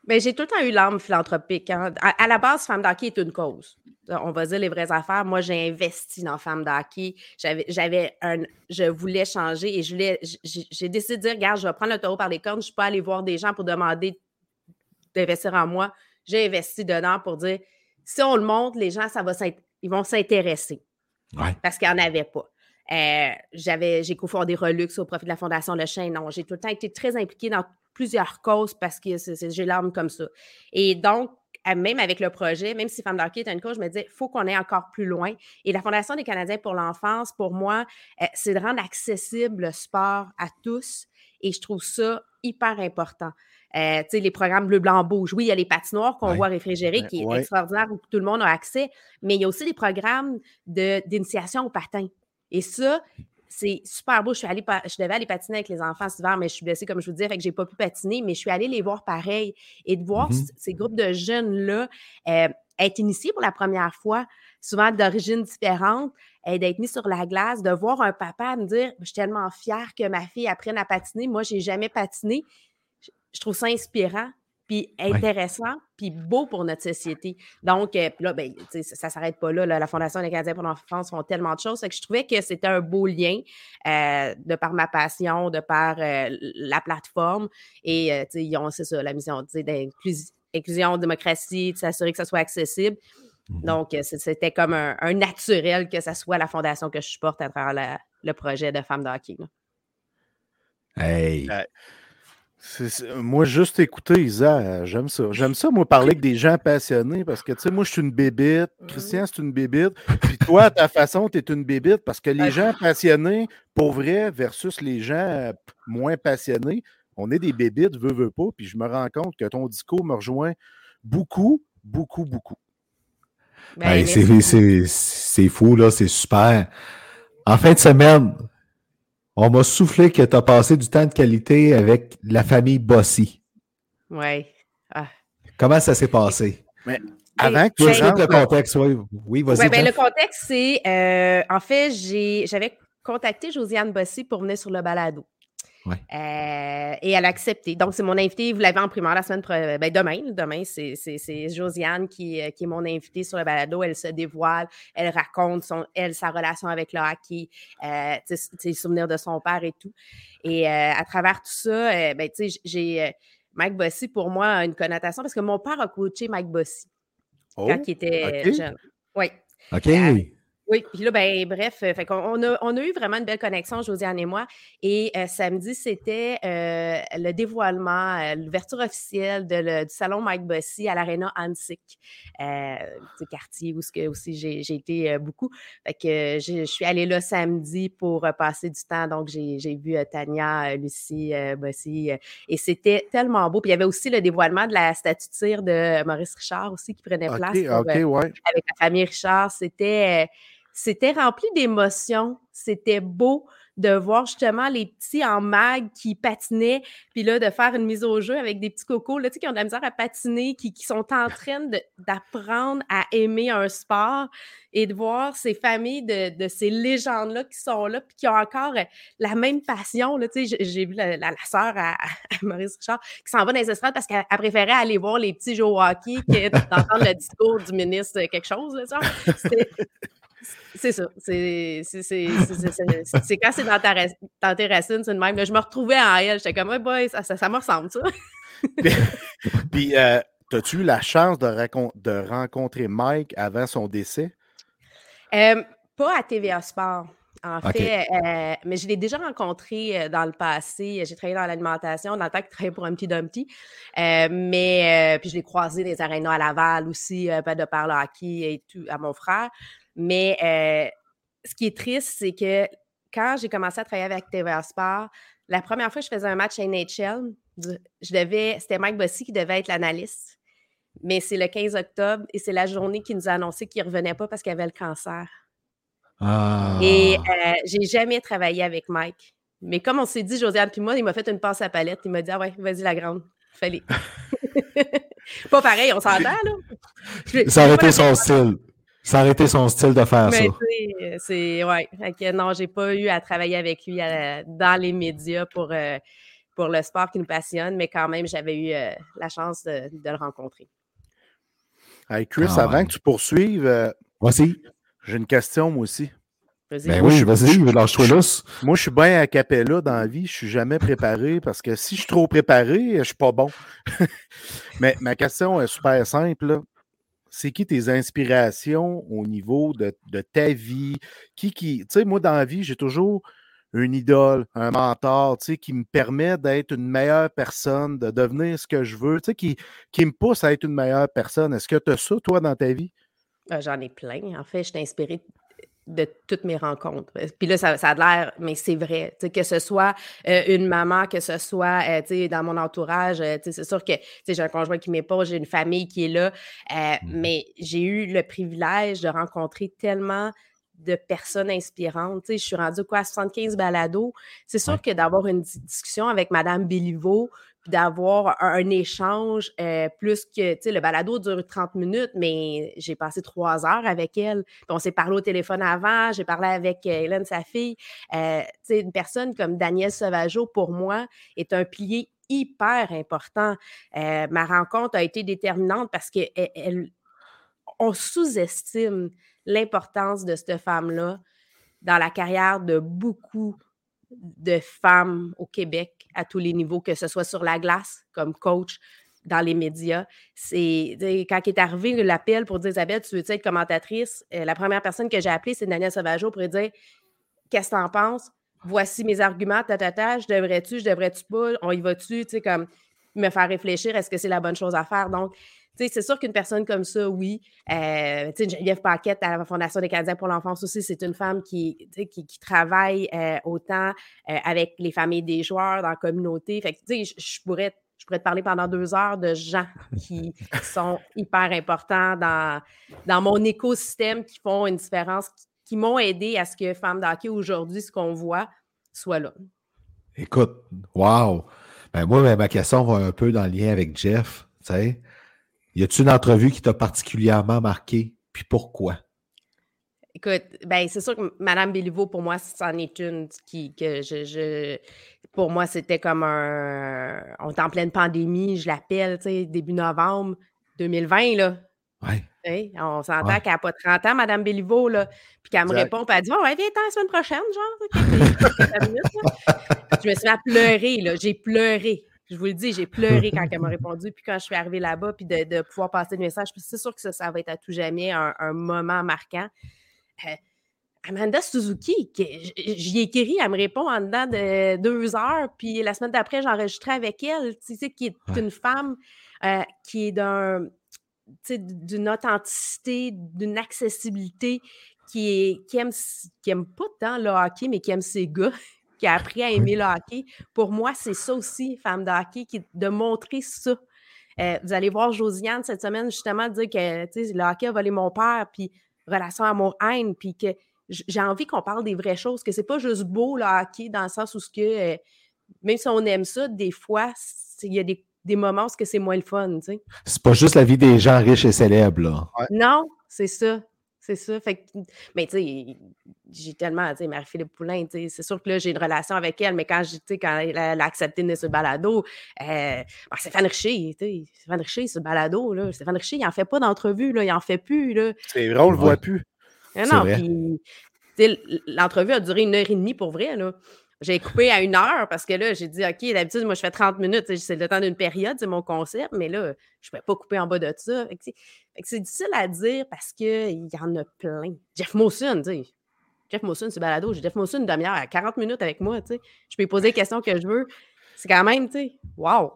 Bien, j'ai tout le temps eu l'âme philanthropique. Hein. À, à la base, Femmes d'hockey est une cause. On va dire les vraies affaires. Moi, j'ai investi dans Femmes d'hockey. J'avais, j'avais un, je voulais changer et je voulais, j'ai, j'ai décidé de dire, regarde, je vais prendre le taureau par les cornes. Je ne suis pas allée voir des gens pour demander d'investir en moi. J'ai investi dedans pour dire, si on le montre, les gens, ça va ils vont s'intéresser. Ouais. Parce qu'il n'y en avait pas. Euh, j'avais, j'ai cofondé Relux au profit de la Fondation Le Chêne. Non, j'ai tout le temps été très impliquée dans plusieurs causes parce que c'est, c'est, j'ai l'âme comme ça. Et donc, même avec le projet, même si Femmes d'hockey est une cause, je me disais, il faut qu'on aille encore plus loin. Et la Fondation des Canadiens pour l'enfance, pour moi, euh, c'est de rendre accessible le sport à tous. Et je trouve ça hyper important. Euh, tu sais, les programmes Bleu, Blanc, Rouge. Oui, il y a les patinoires qu'on ouais. voit réfrigérées, qui est ouais. extraordinaire, où tout le monde a accès. Mais il y a aussi des programmes de, d'initiation au patin. Et ça, c'est super beau. Je suis allée, je devais aller patiner avec les enfants cet hiver, mais je suis blessée, comme je vous disais, fait que j'ai pas pu patiner, mais je suis allée les voir pareil. Et de voir mm-hmm. c- ces groupes de jeunes-là euh, être initiés pour la première fois, souvent d'origines différentes, euh, d'être mis sur la glace, de voir un papa me dire « Je suis tellement fière que ma fille apprenne à patiner. Moi, j'ai jamais patiné. » Je trouve ça inspirant, puis intéressant, ouais. puis beau pour notre société. Donc, euh, là, ben, ça ne s'arrête pas là, là. La Fondation des Canadiens pour l'enfance font tellement de choses. Que je trouvais que c'était un beau lien euh, de par ma passion, de par euh, la plateforme. Et euh, ils ont, c'est ça, la mission d'inclusion, démocratie, de s'assurer que ça soit accessible. Mm-hmm. Donc, c'était comme un, un naturel que ça soit la fondation que je supporte à travers la, le projet de Femmes d'hockey. Hey! Euh, C'est, c'est, moi, juste écouter, Isa, j'aime ça. J'aime ça, moi, parler avec des gens passionnés parce que, tu sais, moi, je suis une bébite. Christian, c'est une bébite. Puis toi, à ta façon, tu es une bébite parce que les gens passionnés, pour vrai, versus les gens moins passionnés, on est des bébites, veux, veux pas. Puis je me rends compte que ton discours me rejoint beaucoup, beaucoup, beaucoup. Ben, hey, c'est, c'est, c'est fou, là, c'est super. En fin de semaine, on m'a soufflé que tu as passé du temps de qualité avec la famille Bossy. Oui. Ah. Comment ça s'est passé? Mais avant que tu rentres le contexte, oui, oui vas-y. Ouais, ben, le contexte, c'est, euh, en fait, j'ai, j'avais contacté Josiane Bossy pour venir sur le balado. Ouais. Euh, et elle a accepté. Donc, c'est mon invité. Vous l'avez en primaire la semaine prochaine. Ben, demain, demain c'est, c'est, c'est Josiane qui, qui est mon invitée sur le balado. Elle se dévoile. Elle raconte, son, elle, sa relation avec le hockey, euh, les souvenirs de son père et tout. Et euh, à travers tout ça, euh, ben, tu sais, j'ai... Euh, Mike Bossy, pour moi, a une connotation parce que mon père a coaché Mike Bossy oh, quand il était okay. jeune. Oui. OK. Euh, Oui, puis là, ben bref, fait qu'on, on, a, on a eu vraiment une belle connexion, Josiane et moi. Et euh, samedi, c'était euh, le dévoilement, euh, l'ouverture officielle de le, du salon Mike Bossy à l'Arena Hansik, euh, du quartier où que, aussi j'ai, j'ai été euh, beaucoup. Fait que euh, je suis allée là samedi pour euh, passer du temps. Donc, j'ai, j'ai vu euh, Tania, euh, Lucie euh, Bossy. Euh, et c'était tellement beau. Puis il y avait aussi le dévoilement de la statue de cire de Maurice Richard aussi qui prenait place okay, pour, okay, euh, ouais. avec la famille Richard. C'était... Euh, C'était rempli d'émotions. C'était beau de voir justement les petits en mag qui patinaient, puis là, de faire une mise au jeu avec des petits cocos là, tu sais, qui ont de la misère à patiner, qui, qui sont en train de, d'apprendre à aimer un sport et de voir ces familles de, de ces légendes-là qui sont là, puis qui ont encore la même passion. Là, tu sais, j'ai vu la, la, la sœur à, à Maurice Richard qui s'en va dans les estrades parce qu'elle préférait aller voir les petits jouer au hockey que d'entendre le discours du ministre quelque chose. Là, genre. C'était... C'est ça. C'est, c'est, c'est, c'est, c'est, c'est quand c'est dans, ta, dans tes racines, c'est de même. Là, je me retrouvais en elle. J'étais comme, ouais, boy, ça, ça, ça me ressemble, ça. Puis, euh, as-tu eu la chance de, racon- de rencontrer Mike avant son décès? Euh, pas à T V A Sport. En okay. fait, euh, mais je l'ai déjà rencontré dans le passé. J'ai travaillé dans l'alimentation, dans le temps que je travaillais pour Humpty Dumpty. Euh, mais, euh, puis je l'ai croisé dans les arénas à Laval aussi, euh, de par le hockey et tout, à mon frère. Mais euh, ce qui est triste, c'est que quand j'ai commencé à travailler avec T V A Sport, la première fois que je faisais un match N H L, je devais, c'était Mike Bossy qui devait être l'analyste. Mais c'est le quinze octobre et c'est la journée qui nous a annoncé qu'il ne revenait pas parce qu'il avait le cancer. Ah. Et euh, j'ai jamais travaillé avec Mike. Mais comme on s'est dit, Josiane puis moi, il m'a fait une passe à palette. Il m'a dit, ah ouais, vas-y la grande, fallait. Pas pareil, on s'entend, là. Je, ça aurait été son style. Ça aurait été son style de faire mais ça. C'est, c'est ouais. Okay, non, j'ai pas eu à travailler avec lui à, dans les médias pour, euh, pour le sport qui nous passionne, mais quand même, j'avais eu euh, la chance de, de le rencontrer. Hey Chris, Ah, avant ouais. que tu poursuives, euh, Vas-y. j'ai une question, moi aussi. Vas-y. Ben Moi, oui, je- vas-y, lâche-toi là. Moi, je suis bien à capella dans la vie. Je suis jamais préparé parce que si je suis trop préparé, je suis pas bon. Mais ma question est super simple, là. C'est qui tes inspirations au niveau de, de ta vie? Qui, qui, tu sais, moi, dans la vie, j'ai toujours une idole, un mentor, tu sais, qui me permet d'être une meilleure personne, de devenir ce que je veux, tu sais, qui, qui me pousse à être une meilleure personne. Est-ce que tu as ça, toi, dans ta vie? Ah, j'en ai plein. En fait, je suis inspirée de toutes mes rencontres. Puis là, ça, ça a l'air, mais c'est vrai. Tu sais, que ce soit euh, une maman, que ce soit euh, tu sais, dans mon entourage, euh, tu sais, c'est sûr que tu sais, j'ai un conjoint qui m'épaule, j'ai une famille qui est là, euh, Mhm. mais j'ai eu le privilège de rencontrer tellement de personnes inspirantes. Tu sais, je suis rendue quoi, à soixante-quinze balados. C'est sûr Ouais. que d'avoir une di- discussion avec Madame Béliveau, puis d'avoir un, un échange euh, plus que, tu sais, le balado dure trente minutes, mais j'ai passé trois heures avec elle. Puis on s'est parlé au téléphone avant, j'ai parlé avec euh, Hélène, sa fille. Euh, tu sais, une personne comme Danielle Sauvageau, pour moi, est un pilier hyper important. Euh, ma rencontre a été déterminante parce que elle, elle- on sous-estime l'importance de cette femme-là dans la carrière de beaucoup de femmes au Québec à tous les niveaux, que ce soit sur la glace, comme coach, dans les médias. C'est, tu sais, quand il est arrivé l'appel pour dire Isabelle, tu veux-tu être commentatrice? Euh, la première personne que j'ai appelée, c'est Danielle Sauvageau pour lui dire qu'est-ce que t'en penses? Voici mes arguments, tatata, je devrais-tu, je devrais-tu pas, on y va-tu, tu sais, comme me faire réfléchir, est-ce que c'est la bonne chose à faire? Donc, tu sais, c'est sûr qu'une personne comme ça, oui. Euh, tu sais, Geneviève Paquette à la Fondation des Canadiens pour l'enfance aussi, c'est une femme qui, tu sais, qui, qui travaille euh, autant euh, avec les familles des joueurs dans la communauté. Fait que, tu sais, je, je pourrais, je pourrais te parler pendant deux heures de gens qui, qui sont hyper importants dans, dans mon écosystème, qui font une différence, qui, qui m'ont aidé à ce que Femmes de hockey aujourd'hui, ce qu'on voit, soit là. Écoute, wow. Ben moi, ben, ma question va un peu dans le lien avec Jeff. Tu sais, y a-t-il une entrevue qui t'a particulièrement marqué? Puis pourquoi? Écoute, ben c'est sûr que Madame Béliveau, pour moi, c'en est une qui, que je, je pour moi, c'était comme un, on est en pleine pandémie, je l'appelle, tu sais, début novembre deux mille vingt, là. Ouais. Hey, on s'entend Ouais. qu'elle n'a pas trente ans, Madame Béliveau, là, puis qu'elle me Exact. répond, puis elle dit « Oh, ouais, viens-t'en la semaine prochaine, genre, quelques minutes, là. » Je me suis mis à pleurer, là, j'ai pleuré. Je vous le dis, j'ai pleuré quand elle m'a répondu, puis quand je suis arrivée là-bas, puis de, de pouvoir passer le message, puis c'est sûr que ça, ça va être à tout jamais un, un moment marquant. Euh, Amanda Suzuki, que j- j'y ai écrit, elle me répond en dedans de deux heures, puis la semaine d'après, j'ai enregistré avec elle, tu sais, qui est Ouais. une femme euh, qui est d'un, tu sais, d'une authenticité, d'une accessibilité, qui, est, qui, aime, qui aime pas tant le hockey, mais qui aime ses gars, qui a appris à aimer Oui. le hockey. Pour moi, c'est ça aussi, femme de hockey, qui, de montrer ça. Euh, vous allez voir Josiane cette semaine, justement, dire que tu sais, le hockey a volé mon père, puis relation amour-haine, puis que j'ai envie qu'on parle des vraies choses, que c'est pas juste beau le hockey, dans le sens où ce que, euh, même si on aime ça, des fois, il y a des, des moments où ce que c'est moins le fun, tu sais. C'est pas juste la vie des gens riches et célèbres, là. Ouais. Non, c'est ça. C'est ça. Fait que, mais tu sais, j'ai tellement, tu sais, Marie-Philippe Poulin, tu sais, c'est sûr que là, j'ai une relation avec elle, mais quand, tu sais, quand elle a, elle a accepté de venir sur le balado, euh, ben, Stéphane Richer, tu sais, Stéphane Richer sur le balado, là, Stéphane Richer, il en fait pas d'entrevue, là, il en fait plus, là. C'est vrai, on le Ouais. voit plus. Non, C'est non, vrai. puis, tu sais, l'entrevue a duré une heure et demie pour vrai, là. J'ai coupé à une heure parce que là, j'ai dit, OK, d'habitude, moi, je fais trente minutes. C'est le temps d'une période, c'est mon concept, mais là, je ne peux pas couper en bas de ça. Fait que, fait que c'est difficile à dire parce qu'il y en a plein. Jeff Mawson, tu sais. Jeff Mawson, c'est balado. J'ai Jeff Mawson une demi-heure à quarante minutes avec moi, tu sais. Je peux lui poser les questions que je veux. C'est quand même, tu sais, wow!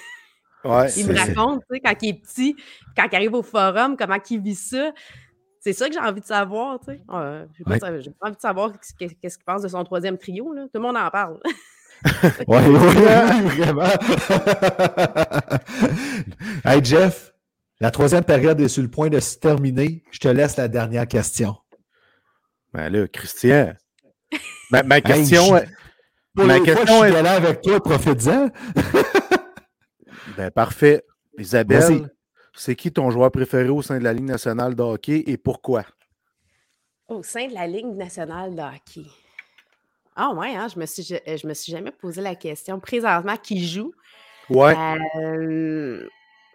Ouais. Il me C'est- raconte, tu sais, quand il est petit, quand il arrive au forum, comment il vit ça. C'est ça que j'ai envie de savoir, tu sais. Euh, j'ai pas, Ouais. de- j'ai pas envie de savoir qu'est-ce qu'est-ce qu'il pense de son troisième trio, là. Tout le monde en parle. Oui, oui, oui, vraiment. Hey, Jeff, la troisième période est sur le point de se terminer. Je te laisse la dernière question. Ben là, Christian, ma, ma Hey, question, je- est- Pour ma une fois, je question suis est... galant avec toi, profite-en. Ben, parfait. Isabelle, Vas-y. c'est qui ton joueur préféré au sein de la Ligue nationale de hockey et pourquoi? Au sein de la Ligue nationale de hockey. Ah ouais, hein, je me suis je, je me suis jamais posé la question. Présentement, qui joue? Ouais. Euh...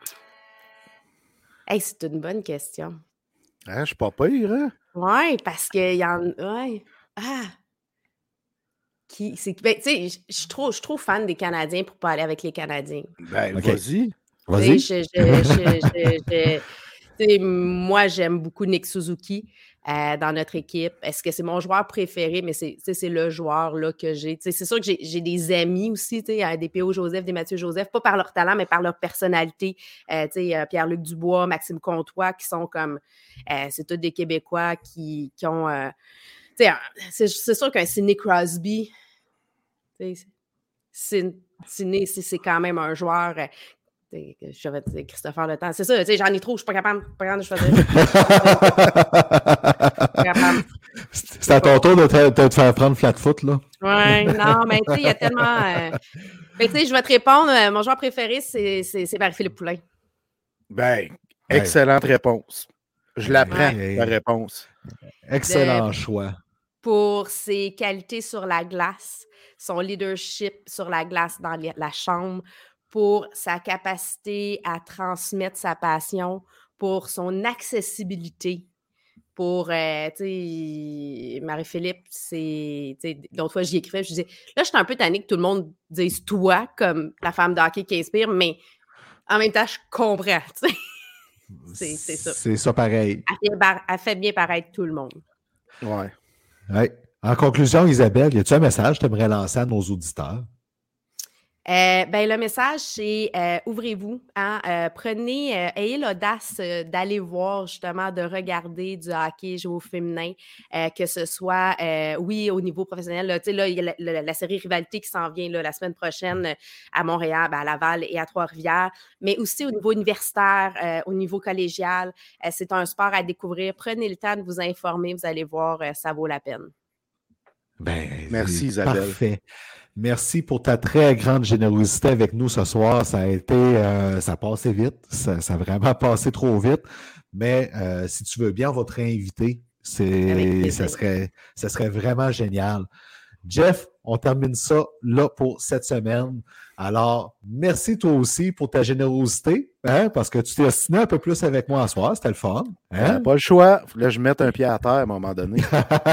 Hey, c'est une bonne question. Hein, je suis pas pire, hein? Ouais, parce qu'il y en ouais. Ah! Qui, c'est, ben, tu sais, je je suis trop, je suis trop fan des Canadiens pour pas aller avec les Canadiens. Ben, OK. vas-y. Tu sais, Vas-y. je, je, je, je, je- tu sais, moi, j'aime beaucoup Nick Suzuki euh, dans notre équipe. Est-ce que c'est mon joueur préféré? Mais c'est, tu sais, c'est le joueur là, que j'ai. Tu sais, c'est sûr que j'ai, j'ai des amis aussi, tu sais, euh, des P O Joseph, des Mathieu Joseph, pas par leur talent, mais par leur personnalité. Euh, tu sais, euh, Pierre-Luc Dubois, Maxime Comtois, qui sont comme... euh, c'est tous des Québécois qui, qui ont... euh, tu sais, c'est, c'est sûr qu'un Sidney Crosby, tu sais, c'est, Sidney, c'est, c'est quand même un joueur... euh, je vais dire Christopher Le Temps. C'est ça, tu sais, j'en ai trop, je suis pas capable, pas capable de choisir. Pas capable. C'est à ton tour de te, de te faire prendre flat-foot, là. Ouais, non, mais tu sais, il y a tellement... euh, mais tu sais, je vais te répondre, euh, mon joueur préféré, c'est, c'est, c'est Marie-Philippe Poulin. Ben, excellente réponse. Je la prends, Ouais. la réponse. Excellent De- choix. Pour ses qualités sur la glace, son leadership sur la glace dans les- la chambre, pour sa capacité à transmettre sa passion, pour son accessibilité, pour, euh, tu sais, Marie-Philippe, c'est, tu sais, d'autres fois, j'y écrivais, je disais, là, je suis un peu tannée que tout le monde dise toi comme la femme de hockey qui inspire, mais en même temps, je comprends, tu sais. C'est, c'est ça. C'est ça pareil. Elle fait, bar- elle fait bien paraître tout le monde. Ouais. Ouais. En conclusion, Isabelle, y a-tu un message que tu aimerais lancer à nos auditeurs? Euh, ben, le message, c'est euh, ouvrez-vous, hein, euh, prenez, euh, ayez l'audace euh, d'aller voir, justement, de regarder du hockey joué au féminin, euh, que ce soit, euh, oui, au niveau professionnel. Là, tu sais, là, il y a la, la- la série Rivalité qui s'en vient là, la semaine prochaine euh, à Montréal, ben, à Laval et à Trois-Rivières, mais aussi au niveau universitaire, euh, au niveau collégial. Euh, c'est un sport à découvrir. Prenez le temps de vous informer, vous allez voir, euh, ça vaut la peine. Ben, Merci, c'est Isabelle. Parfait. Merci pour ta très grande générosité avec nous ce soir. Ça a été, euh, ça a passé vite. Ça, ça a vraiment passé trop vite. Mais euh, si tu veux bien, on va te réinviter. Avec C'est, plaisir. ça serait, ça serait vraiment génial. Jeff, on termine ça là pour cette semaine. Alors, merci toi aussi pour ta générosité, hein, parce que tu t'es ostiné un peu plus avec moi ce soir. C'était le fun. Hein? Euh, pas le choix. Faut que je mette un pied à terre à un moment donné.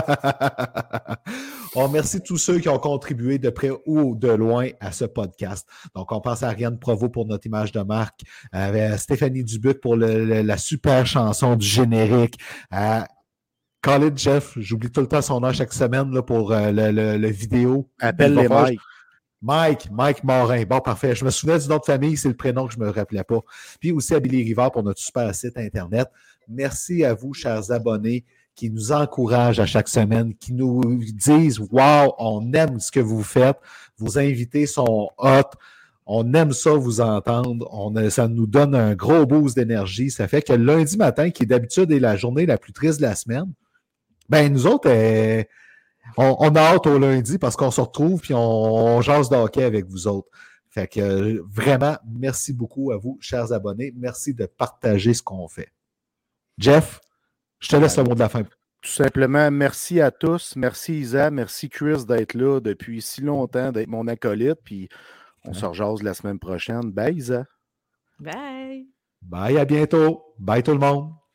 On remercie tous ceux qui ont contribué de près ou de loin à ce podcast. Donc, on pense à Ariane Provost pour notre image de marque, à Stéphanie Dubuc pour le, le, la super chanson du générique, à Colin Jeff, j'oublie tout le temps son nom chaque semaine là, pour euh, le, le, le vidéo. Appelle les Mike. Mike, Mike Morin. Bon, parfait. Je me souvenais du nom de famille, c'est le prénom que je ne me rappelais pas. Puis aussi à Billy Rivard pour notre super site Internet. Merci à vous, chers abonnés, qui nous encouragent à chaque semaine, qui nous disent « Wow, on aime ce que vous faites. Vos invités sont hot. On aime ça vous entendre. On a, ça nous donne un gros boost d'énergie. Ça fait que le lundi matin, qui d'habitude est la journée la plus triste de la semaine, ben nous autres, euh, on, on a hâte au lundi parce qu'on se retrouve puis on, on jase de hockey avec vous autres. Fait que euh, vraiment, merci beaucoup à vous, chers abonnés. Merci de partager ce qu'on fait. Jeff, je te laisse le mot de la fin. Tout simplement, merci à tous. Merci Isa, merci Chris d'être là depuis si longtemps, d'être mon acolyte. Puis on se rejase la semaine prochaine. Bye Isa. Bye! Bye, à bientôt. Bye tout le monde.